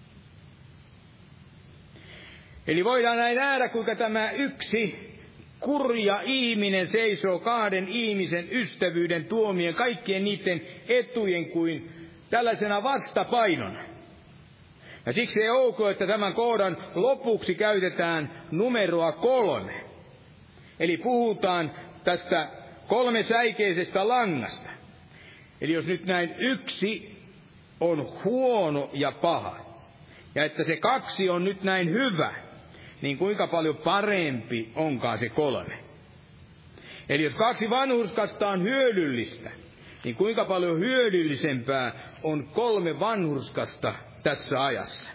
Eli voidaan näin nähdä, kuinka tämä yksi kurja ihminen seisoo kahden ihmisen ystävyyden tuomien kaikkien niiden etujen kuin tällaisena vastapainona. Ja siksi ei ok, että tämän kohdan lopuksi käytetään numeroa kolme. Eli puhutaan tästä kolmesäikeisestä langasta. Eli jos nyt näin yksi on huono ja paha, ja että se kaksi on nyt näin hyvä, niin kuinka paljon parempi onkaan se kolme. Eli jos kaksi vanhurskasta on hyödyllistä, niin kuinka paljon hyödyllisempää on kolme vanhurskasta tässä ajassa.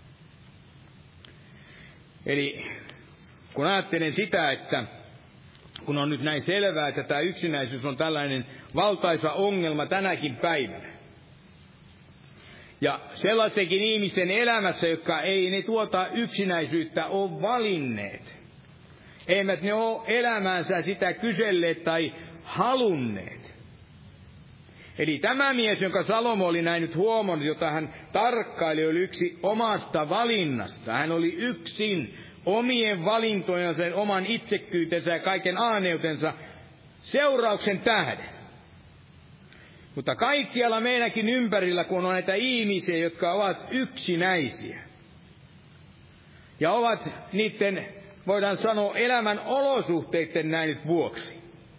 Eli kun ajattelen sitä, että kun on nyt näin selvää, että tämä yksinäisyys on tällainen valtaisa ongelma tänäkin päivänä. Ja sellaisenkin ihmisen elämässä, jotka ei ne tuota yksinäisyyttä ole valinneet. Eivät ne ole elämäänsä sitä kyselleet tai halunneet. Eli tämä mies, jonka Salomo oli näin nyt huomannut, jota hän tarkkaili, oli yksi omasta valinnasta. Hän oli yksin omien valintojensa, oman itsekkyytensä ja kaiken ahneutensa seurauksen tähden. Mutta kaikkialla meidänkin ympärillä, kun on näitä ihmisiä, jotka ovat yksinäisiä. Ja ovat niiden, voidaan sanoa, elämän olosuhteiden näin nyt vuoksi.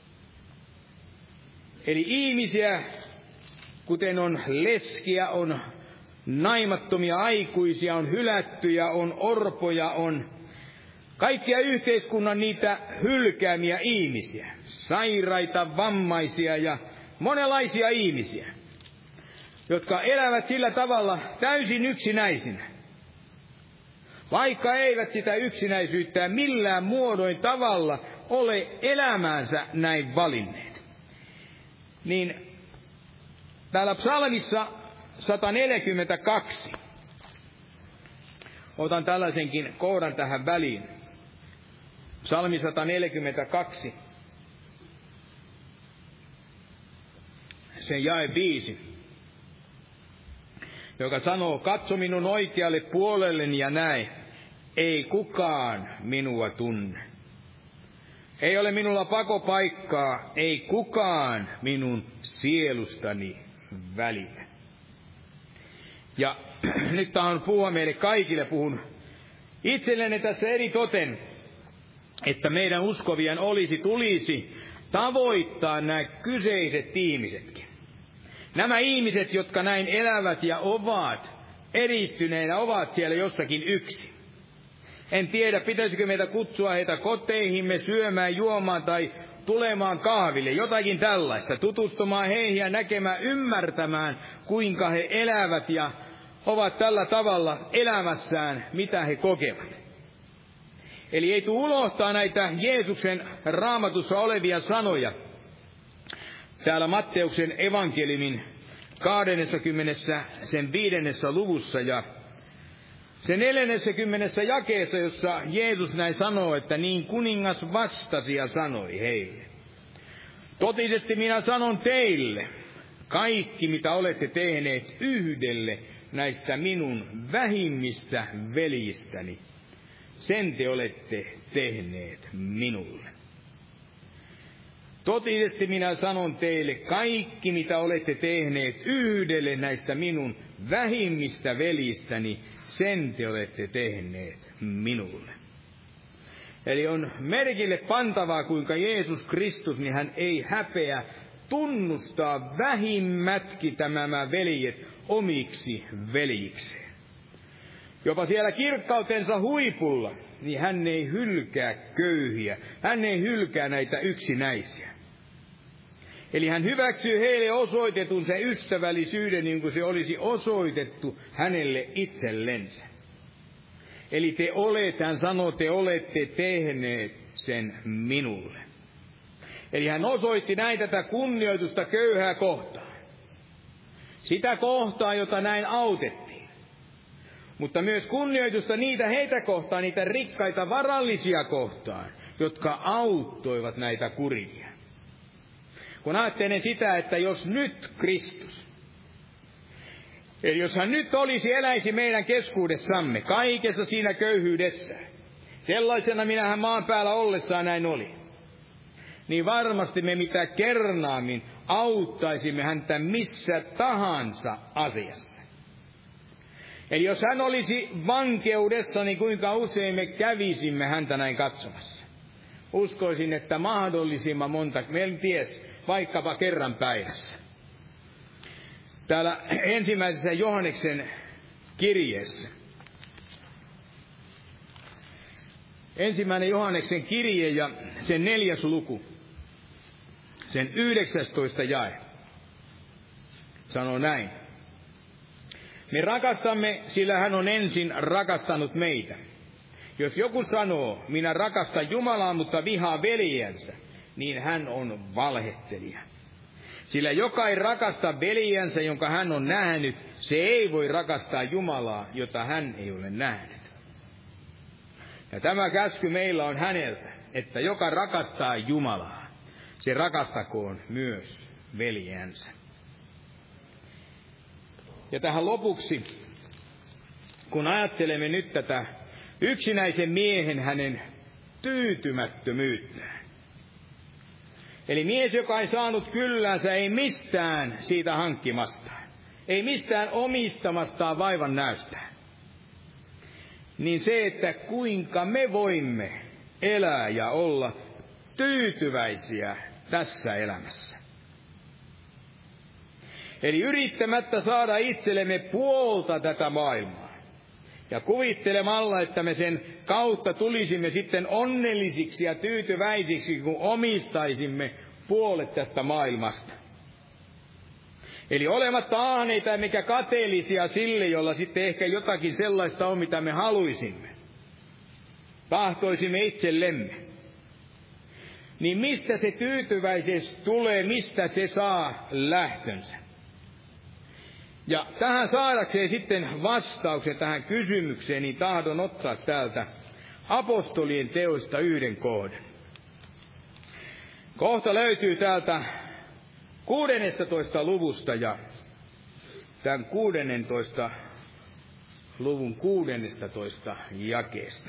Eli ihmisiä, kuten on leskiä, on naimattomia aikuisia, on hylättyjä, on orpoja, on kaikkia yhteiskunnan niitä hylkäämiä ihmisiä, sairaita, vammaisia ja monenlaisia ihmisiä, jotka elävät sillä tavalla täysin yksinäisinä, vaikka eivät sitä yksinäisyyttä millään muodoin tavalla ole elämäänsä näin valinneet. Niin täällä psalmissa sata neljäkymmentäkaksi, otan tällaisenkin kohdan tähän väliin. Psalmi sata neljäkymmentäkaksi, sen jae viisi, joka sanoo, katso minun oikealle puolelleni ja näe, ei kukaan minua tunne. Ei ole minulla pakopaikkaa, ei kukaan minun sielustani välitä. Ja nyt tahan puhua meille kaikille, puhun itselleni tässä eri toten, että meidän uskovien olisi, tulisi tavoittaa nämä kyseiset ihmisetkin. Nämä ihmiset, jotka näin elävät ja ovat edistyneinä, ovat siellä jossakin yksin. En tiedä, pitäisikö meitä kutsua heitä koteihimme syömään, juomaan tai tulemaan kahville, jotakin tällaista, tutustumaan heihin ja näkemään, ymmärtämään, kuinka he elävät ja ovat tällä tavalla elämässään, mitä he kokevat. Eli ei tule unohtaa näitä Jeesuksen Raamatussa olevia sanoja. Täällä Matteuksen evankeliumin kahdeskymmenes sen viidennessä luvussa ja sen neljännessäkymmenessä jakeessa, jossa Jeesus näin sanoo, että niin kuningas vastasi ja sanoi heille. Totisesti minä sanon teille, kaikki mitä olette tehneet yhdelle näistä minun vähimmistä veljistäni, sen te olette tehneet minulle. Totisesti minä sanon teille, kaikki mitä olette tehneet yhdelle näistä minun vähimmistä veljistäni, sen te olette tehneet minulle. Eli on merkille pantavaa, kuinka Jeesus Kristus, niin hän ei häpeä tunnustaa vähimmätkin nämä veljet omiksi veljikseen. Jopa siellä kirkkautensa huipulla, niin hän ei hylkää köyhiä, hän ei hylkää näitä yksinäisiä. Eli hän hyväksyy heille osoitetun sen ystävällisyyden, niin kuin se olisi osoitettu hänelle itsellensä. Eli te olette, hän sanoo, te olette tehneet sen minulle. Eli hän osoitti näin tätä kunnioitusta köyhää kohtaan. Sitä kohtaa, jota näin autettiin. Mutta myös kunnioitusta niitä heitä kohtaan, niitä rikkaita varallisia kohtaan, jotka auttoivat näitä kurjia. Kun ajattelen sitä, että jos nyt Kristus, eli jos hän nyt olisi, eläisi meidän keskuudessamme, kaikessa siinä köyhyydessä, sellaisena minähän maan päällä ollessaan näin oli, niin varmasti me mitä kernaammin auttaisimme häntä missä tahansa asiassa. Eli jos hän olisi vankeudessa, niin kuinka usein me kävisimme häntä näin katsomassa. Uskoisin, että mahdollisimman monta, en ties, vaikkapa kerran päivässä. Täällä ensimmäisessä Johanneksen kirjeessä. Ensimmäinen Johanneksen kirje ja sen neljäs luku. Sen yhdeksästoista jae. Sanoo näin. Me rakastamme, sillä hän on ensin rakastanut meitä. Jos joku sanoo, minä rakastan Jumalaa, mutta vihaa veljensä, niin hän on valhettelija. Sillä joka ei rakasta veljensä, jonka hän on nähnyt, se ei voi rakastaa Jumalaa, jota hän ei ole nähnyt. Ja tämä käsky meillä on häneltä, että joka rakastaa Jumalaa, se rakastakoon myös veljensä. Ja tähän lopuksi, kun ajattelemme nyt tätä yksinäisen miehen hänen tyytymättömyyttään. Eli mies, joka ei saanut kyllänsä, ei mistään siitä hankkimastaan, ei mistään omistamastaan vaivan näystään. Niin se, että kuinka me voimme elää ja olla tyytyväisiä tässä elämässä. Eli yrittämättä saada itsellemme puolta tätä maailmaa. Ja kuvittelemalla, että me sen kautta tulisimme sitten onnellisiksi ja tyytyväisiksi, kun omistaisimme puolet tästä maailmasta. Eli olematta ahneita mikä kateellisia sille, jolla sitten ehkä jotakin sellaista on, mitä me haluisimme. Tahtoisimme itsellemme. Niin mistä se tyytyväisyys tulee, mistä se saa lähtönsä? Ja tähän saadakseen sitten vastauksen tähän kysymykseen, niin tahdon ottaa täältä apostolien teoista yhden kohdan. Kohta löytyy täältä kuudennestatoista luvusta ja tämän kuudennentoista luvun kuudennestatoista jakeesta.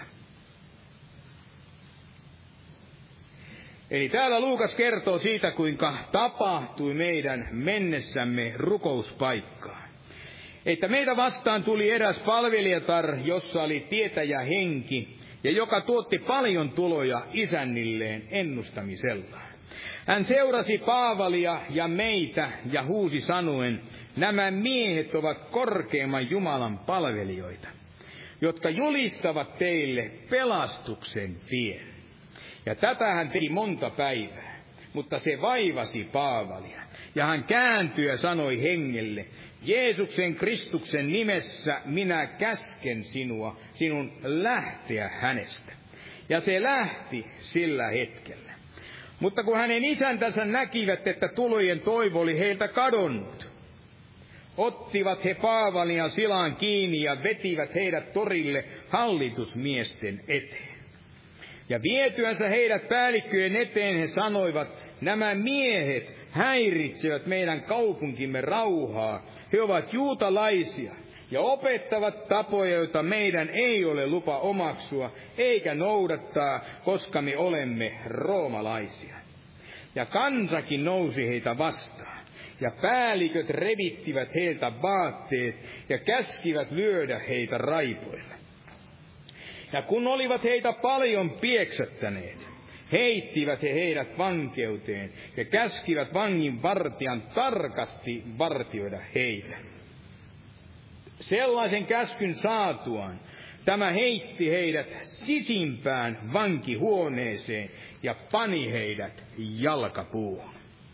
Eli täällä Luukas kertoo siitä, kuinka tapahtui meidän mennessämme rukouspaikkaan. Että meitä vastaan tuli eräs palvelijatar, jossa oli tietäjä henki, ja joka tuotti paljon tuloja isännilleen ennustamisellaan. Hän seurasi Paavalia ja meitä ja huusi sanoen, nämä miehet ovat korkeimman Jumalan palvelijoita, jotka julistavat teille pelastuksen tien. Ja tätä hän teki monta päivää, mutta se vaivasi Paavalia. Ja hän kääntyi ja sanoi hengelle, Jeesuksen Kristuksen nimessä minä käsken sinua, sinun lähteä hänestä. Ja se lähti sillä hetkellä. Mutta kun hänen isäntänsä näkivät, että tulojen toivo oli heiltä kadonnut, ottivat he Paavalin ja Silan kiinni ja vetivät heidät torille hallitusmiesten eteen. Ja vietyänsä heidät päällikköjen eteen he sanoivat, nämä miehet häiritsevät meidän kaupunkimme rauhaa. He ovat juutalaisia ja opettavat tapoja, joita meidän ei ole lupa omaksua eikä noudattaa, koska me olemme roomalaisia. Ja kansakin nousi heitä vastaan. Ja päälliköt revittivät heiltä vaatteet ja käskivät lyödä heitä raipoilla. Ja kun olivat heitä paljon pieksättäneet, heittivät he heidät vankeuteen ja käskivät vangin vartijan tarkasti vartioida heitä. Sellaisen käskyn saatuaan tämä heitti heidät sisimpään vankihuoneeseen ja pani heidät jalkapuuhun.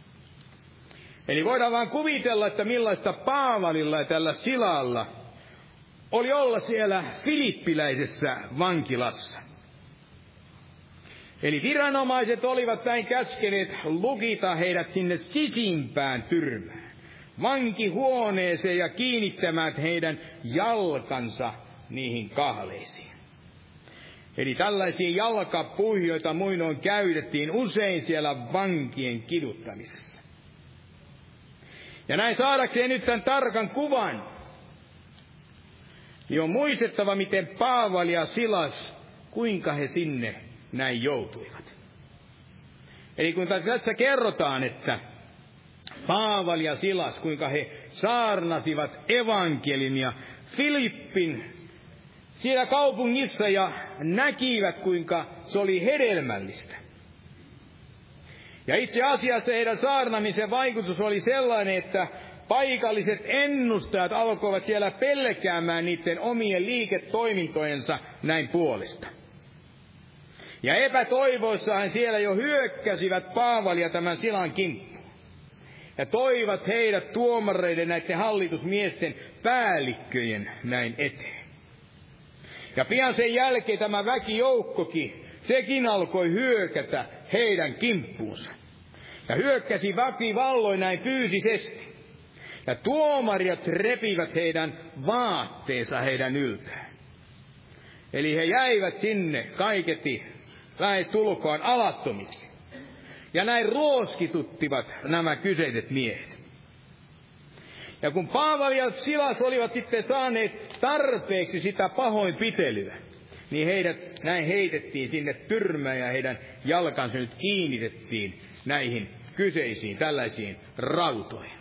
Eli voidaan vaan kuvitella, että millaista Paavalilla ja tällä Silalla oli olla siellä filippiläisessä vankilassa. Eli viranomaiset olivat näin käskeneet lukita heidät sinne sisimpään tyrmään, vankihuoneeseen ja kiinnittämään heidän jalkansa niihin kahleisiin. Eli tällaisia jalkapuihin, joita muinoin käytettiin usein siellä vankien kiduttamisessa. Ja näin saadakseen nyt tämän tarkan kuvan, niin on muistettava, miten Paavali ja Silas, kuinka he sinne näin joutuivat. Eli kun tässä kerrotaan, että Paavali ja Silas, kuinka he saarnasivat evankeliumia Filippin siellä kaupungissa ja näkivät, kuinka se oli hedelmällistä. Ja itse asiassa heidän saarnamisen vaikutus oli sellainen, että paikalliset ennustajat alkoivat siellä pelkäämään niiden omien liiketoimintojensa näin puolesta. Ja epätoivoissaan siellä jo hyökkäsivät Paavalia tämän Silan kimppuun. Ja toivat heidät tuomareiden näiden hallitusmiesten päällikköjen näin eteen. Ja pian sen jälkeen tämä väkijoukkokin, sekin alkoi hyökätä heidän kimppuunsa. Ja hyökkäsi väkivalloin näin fyysisesti. Ja tuomarit repivät heidän vaatteensa heidän yltään. Eli he jäivät sinne kaiketi lähes tulkoon alastomiksi. Ja näin ruoskituttivat nämä kyseiset miehet. Ja kun Paavali ja Silas olivat sitten saaneet tarpeeksi sitä pahoinpitelyä, niin heidät näin heitettiin sinne tyrmään ja heidän jalkansa nyt kiinnitettiin näihin kyseisiin tällaisiin rautoihin.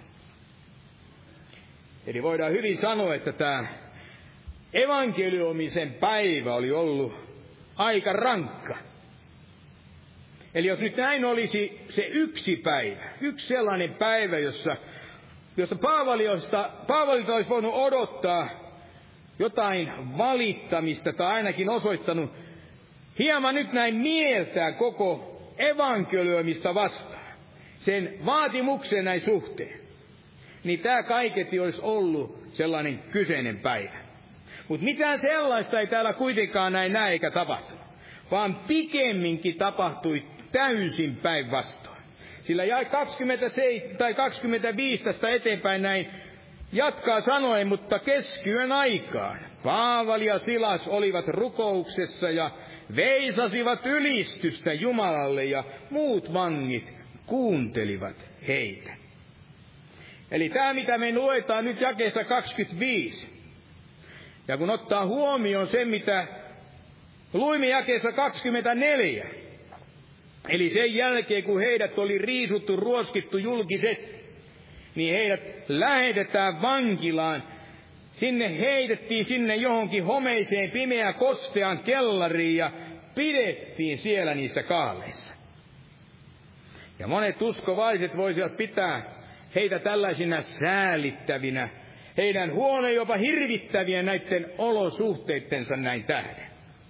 Eli voidaan hyvin sanoa, että tämä evankeliumisen päivä oli ollut aika rankka. Eli jos nyt näin olisi se yksi päivä, yksi sellainen päivä, jossa, jossa Paavalista, Paavalilta olisi voinut odottaa jotain valittamista tai ainakin osoittanut hieman nyt näin mieltää koko evankeliumista vastaan, sen vaatimuksen näin suhteen, niin tämä kaiketi olisi ollut sellainen kyseinen päivä. Mutta mitään sellaista ei täällä kuitenkaan näin näe eikä tapahtunut, vaan pikemminkin tapahtui täysin päinvastoin. Sillä jäi kaksikymmentäseitsemän tai kaksikymmentäviisi tästä eteenpäin näin jatkaa sanoen, mutta keskiyön aikaan Paavali ja Silas olivat rukouksessa ja veisasivat ylistystä Jumalalle ja muut vangit kuuntelivat heitä. Eli tämä, mitä me luetaan nyt jakeessa kaksikymmentäviisi, ja kun ottaa huomioon sen, mitä luimme jakeessa kaksikymmentäneljä, eli sen jälkeen, kun heidät oli riisuttu, ruoskittu julkisesti, niin heidät lähetetään vankilaan. Sinne heitettiin sinne johonkin homeiseen, pimeään, kosteaan kellariin ja pidettiin siellä niissä kaaleissa. Ja monet uskovaiset voisivat pitää heitä tällaisina säälittävinä, heidän huone jopa hirvittäviä näiden olosuhteittensa näin tähden.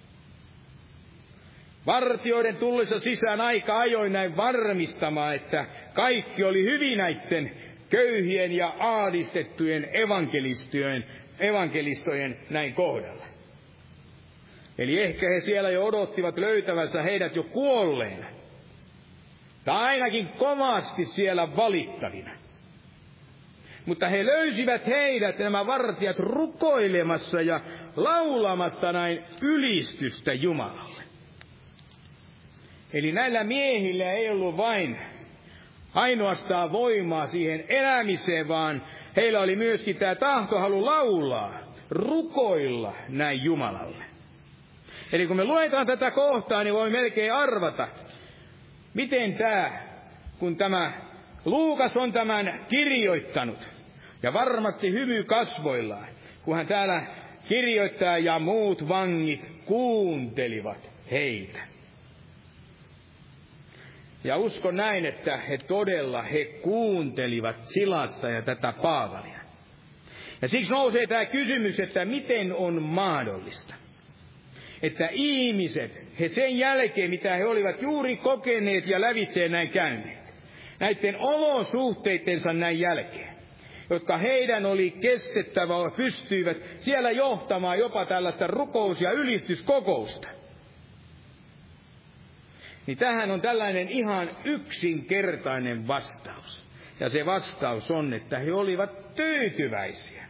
Vartijoiden tullessa sisään aika ajoin näin varmistamaan, että kaikki oli hyvin näiden köyhien ja ahdistettujen evankelistojen, evankelistojen näin kohdalla. Eli ehkä he siellä jo odottivat löytävänsä heidät jo kuolleena, tai ainakin kovasti siellä valittavina. Mutta he löysivät heidät, nämä vartijat, rukoilemassa ja laulamasta näin ylistystä Jumalalle. Eli näillä miehillä ei ollut vain ainoastaan voimaa siihen elämiseen, vaan heillä oli myöskin tämä tahtohalu laulaa, rukoilla näin Jumalalle. Eli kun me luetaan tätä kohtaa, niin voi melkein arvata, miten tämä, kun tämä Luukas on tämän kirjoittanut, ja varmasti hymy kasvoillaan, kun hän täällä kirjoittaa, ja muut vangit kuuntelivat heitä. Ja uskon näin, että he todella he kuuntelivat Silasta ja tätä Paavalia. Ja siksi nousee tämä kysymys, että miten on mahdollista, että ihmiset, he sen jälkeen, mitä he olivat juuri kokeneet ja lävitseen näin käyneet, näiden olosuhteittensa näin jälkeen, jotka heidän oli kestettävä, pystyivät siellä johtamaan jopa tällaista rukous- ja ylistyskokousta. Niin tähän on tällainen ihan yksinkertainen vastaus. Ja se vastaus on, että he olivat tyytyväisiä.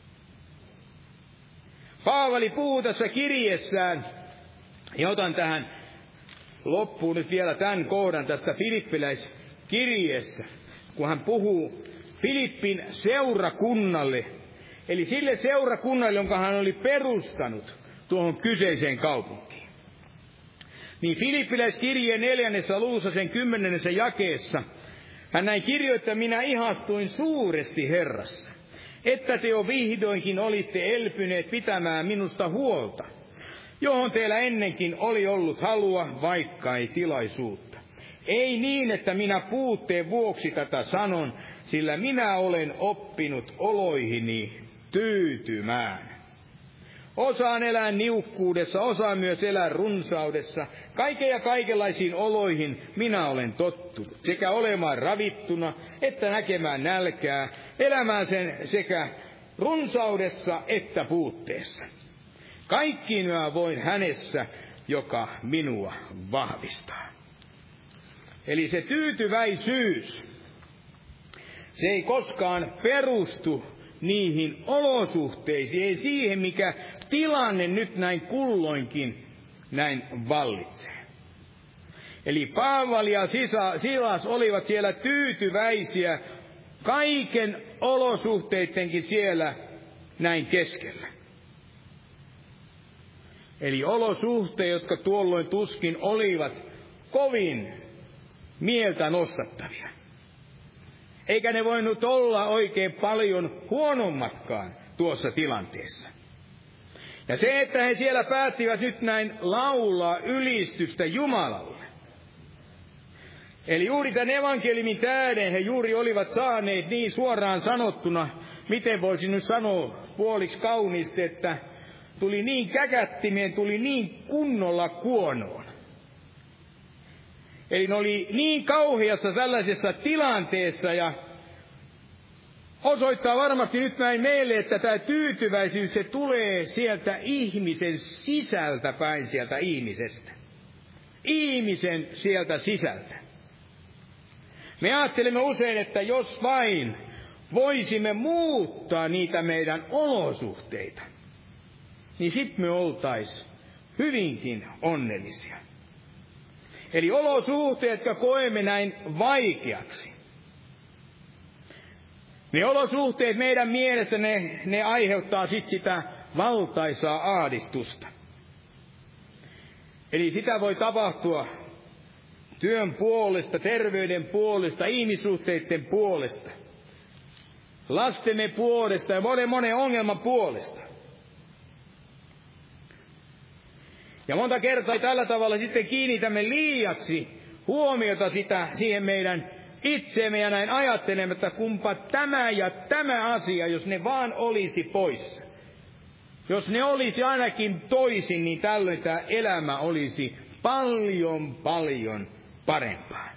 Paavali puhuu tässä kirjeessään, ja otan tähän loppuun nyt vielä tämän kohdan tästä Filippiläiskirjeessä, kun hän puhuu Filippin seurakunnalle, eli sille seurakunnalle, jonka hän oli perustanut tuohon kyseiseen kaupunkiin. Niin Filippiläiskirjeen neljännessä luvussa sen kymmenennessä jakeessa hän näin kirjoittaa, minä ihastuin suuresti Herrassa, että te jo vihdoinkin olitte elpyneet pitämään minusta huolta, johon teillä ennenkin oli ollut halua, vaikka ei tilaisuutta. Ei niin, että minä puutteen vuoksi tätä sanon, sillä minä olen oppinut oloihini tyytymään. Osaan elää niukkuudessa, osaan myös elää runsaudessa. Kaiken ja kaikenlaisiin oloihin minä olen tottunut, sekä olemaan ravittuna, että näkemään nälkää, elämään sen sekä runsaudessa että puutteessa. Kaikkiin minä voin hänessä, joka minua vahvistaa. Eli se tyytyväisyys, se ei koskaan perustu niihin olosuhteisiin, ei siihen, mikä tilanne nyt näin kulloinkin näin vallitsee. Eli Paavali ja Silas olivat siellä tyytyväisiä kaiken olosuhteittenkin siellä näin keskellä. Eli olosuhteet, jotka tuolloin tuskin olivat kovin mieltä nostattavia. Eikä ne voinut olla oikein paljon huonommatkaan tuossa tilanteessa. Ja se, että he siellä päättivät nyt näin laulaa ylistystä Jumalalle. Eli juuri tämän evankeliumin tähden he juuri olivat saaneet niin suoraan sanottuna, miten voisin nyt sanoa puoliksi kauniisti, että tuli niin käkättimeen, tuli niin kunnolla kuonoon. Eli ne oli niin kauheassa tällaisessa tilanteessa ja osoittaa varmasti nyt näin meille, että tämä tyytyväisyys, se tulee sieltä ihmisen sisältä päin, sieltä ihmisestä. Ihmisen sieltä sisältä. Me ajattelemme usein, että jos vain voisimme muuttaa niitä meidän olosuhteita, niin sitten me oltais hyvinkin onnellisia. Eli olosuhteet, jotka koemme näin vaikeaksi. Ne olosuhteet meidän mielestä ne, ne aiheuttaa sit sitä valtaisaa ahdistusta. Eli sitä voi tapahtua työn puolesta, terveyden puolesta, ihmissuhteiden puolesta, lastemme puolesta ja monen monen ongelman puolesta. Ja monta kertaa tällä tavalla sitten kiinnitämme liiaksi huomiota sitä, siihen meidän itseemme ja näin ajattelemme, että kumpa tämä ja tämä asia, jos ne vaan olisi poissa. Jos ne olisi ainakin toisin, niin tällöin tämä elämä olisi paljon, paljon parempaa.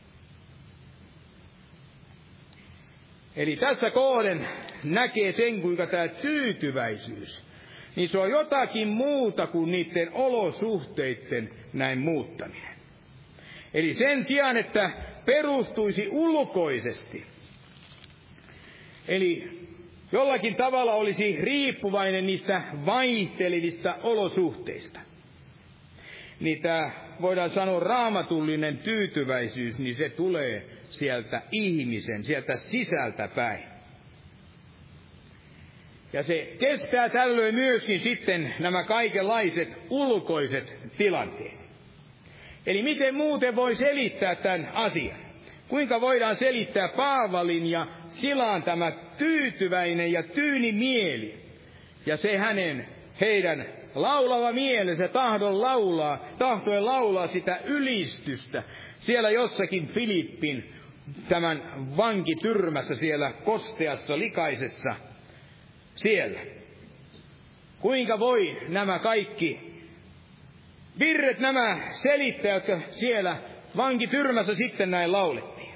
Eli tässä kohden näkee sen, kuinka tämä tyytyväisyys, niin se on jotakin muuta kuin niiden olosuhteiden näin muuttaminen. Eli sen sijaan, että perustuisi ulkoisesti, eli jollakin tavalla olisi riippuvainen niistä vaihtelevista olosuhteista, niin tämä voidaan sanoa raamatullinen tyytyväisyys, niin se tulee sieltä ihmisen, sieltä sisältä päin. Ja se kestää tällöin myöskin sitten nämä kaikenlaiset ulkoiset tilanteet. Eli miten muuten voi selittää tämän asian? Kuinka voidaan selittää Paavalin ja Silaan tämä tyytyväinen ja tyyni mieli? Ja se hänen, heidän laulava mielensä, tahdon laulaa, tahtoen laulaa sitä ylistystä. Siellä jossakin Filippin tämän vankityrmässä siellä kosteassa, likaisessa siellä. Kuinka voi nämä kaikki virret, nämä selittää, jotka siellä vankityrmässä sitten näin laulettiin.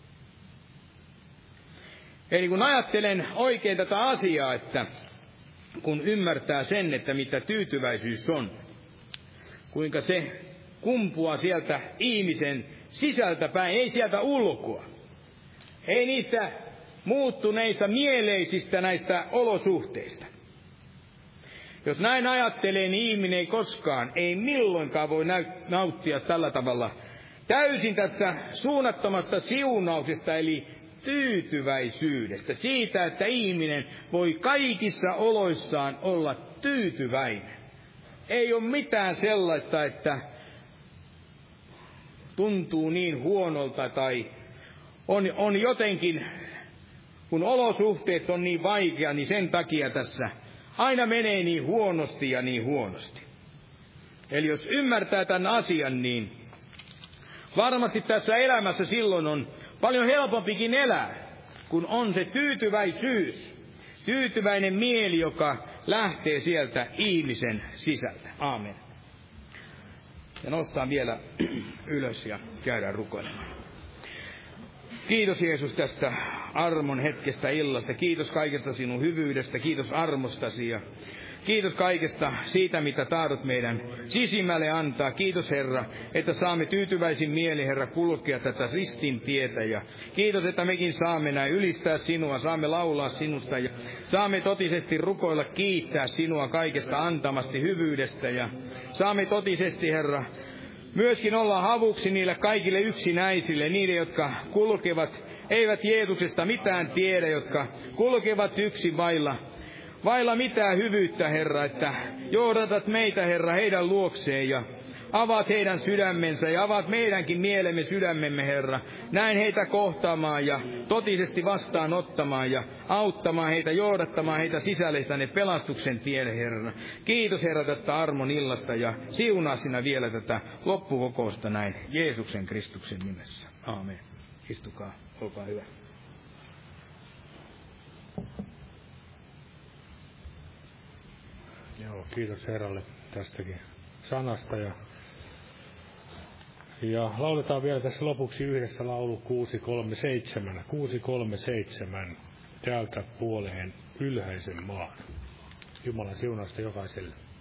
Eli kun ajattelen oikein tätä asiaa, että kun ymmärtää sen, että mitä tyytyväisyys on, kuinka se kumpuaa sieltä ihmisen sisältä päin, ei sieltä ulkoa. Ei niistä muuttuneista mieleisistä näistä olosuhteista. Jos näin ajattelee, niin ihminen ei koskaan, ei milloinkaan voi nauttia tällä tavalla täysin tästä suunnattomasta siunauksesta, eli tyytyväisyydestä. Siitä, että ihminen voi kaikissa oloissaan olla tyytyväinen. Ei ole mitään sellaista, että tuntuu niin huonolta tai on, on jotenkin, kun olosuhteet on niin vaikea, niin sen takia tässä aina menee niin huonosti ja niin huonosti. Eli jos ymmärtää tämän asian, niin varmasti tässä elämässä silloin on paljon helpompikin elää, kun on se tyytyväisyys, tyytyväinen mieli, joka lähtee sieltä ihmisen sisältä. Aamen. Ja nostaan vielä ylös ja käydään rukoilemaan. Kiitos Jeesus tästä armon hetkestä illasta. Kiitos kaikesta sinun hyvyydestä. Kiitos armostasi ja kiitos kaikesta siitä, mitä tahdot meidän sisimmälle antaa. Kiitos Herra, että saamme tyytyväisin mieli, Herra, kulkea tätä ristin tietä. Ja kiitos, että mekin saamme näin ylistää sinua, saamme laulaa sinusta ja saamme totisesti rukoilla kiittää sinua kaikesta antamasti hyvyydestä. Ja saamme totisesti, Herra, myöskin olla havuksi niille kaikille yksinäisille, niille, jotka kulkevat, eivät Jeesuksesta mitään tiedä, jotka kulkevat yksin vailla, vailla mitään hyvyyttä, Herra, että johdatat meitä, Herra, heidän luokseen ja avaat heidän sydämensä ja avaat meidänkin mielemme sydämemme, Herra. Näin heitä kohtaamaan ja totisesti vastaanottamaan ja auttamaan heitä, johdattamaan heitä sisälle tänne pelastuksen tielle, Herra. Kiitos, Herra, tästä armon illasta ja siunaa sinä vielä tätä loppukokousta näin Jeesuksen Kristuksen nimessä. Aamen. Istukaa, olkaa hyvä. Joo. Joo, kiitos Herralle tästäkin sanasta. Ja, ja lauletaan vielä tässä lopuksi yhdessä laulu kuusi kolme seitsemän. kuusi kolme seitsemän. Täältä puoleen ylhäisen maan. Jumalan siunausta jokaiselle.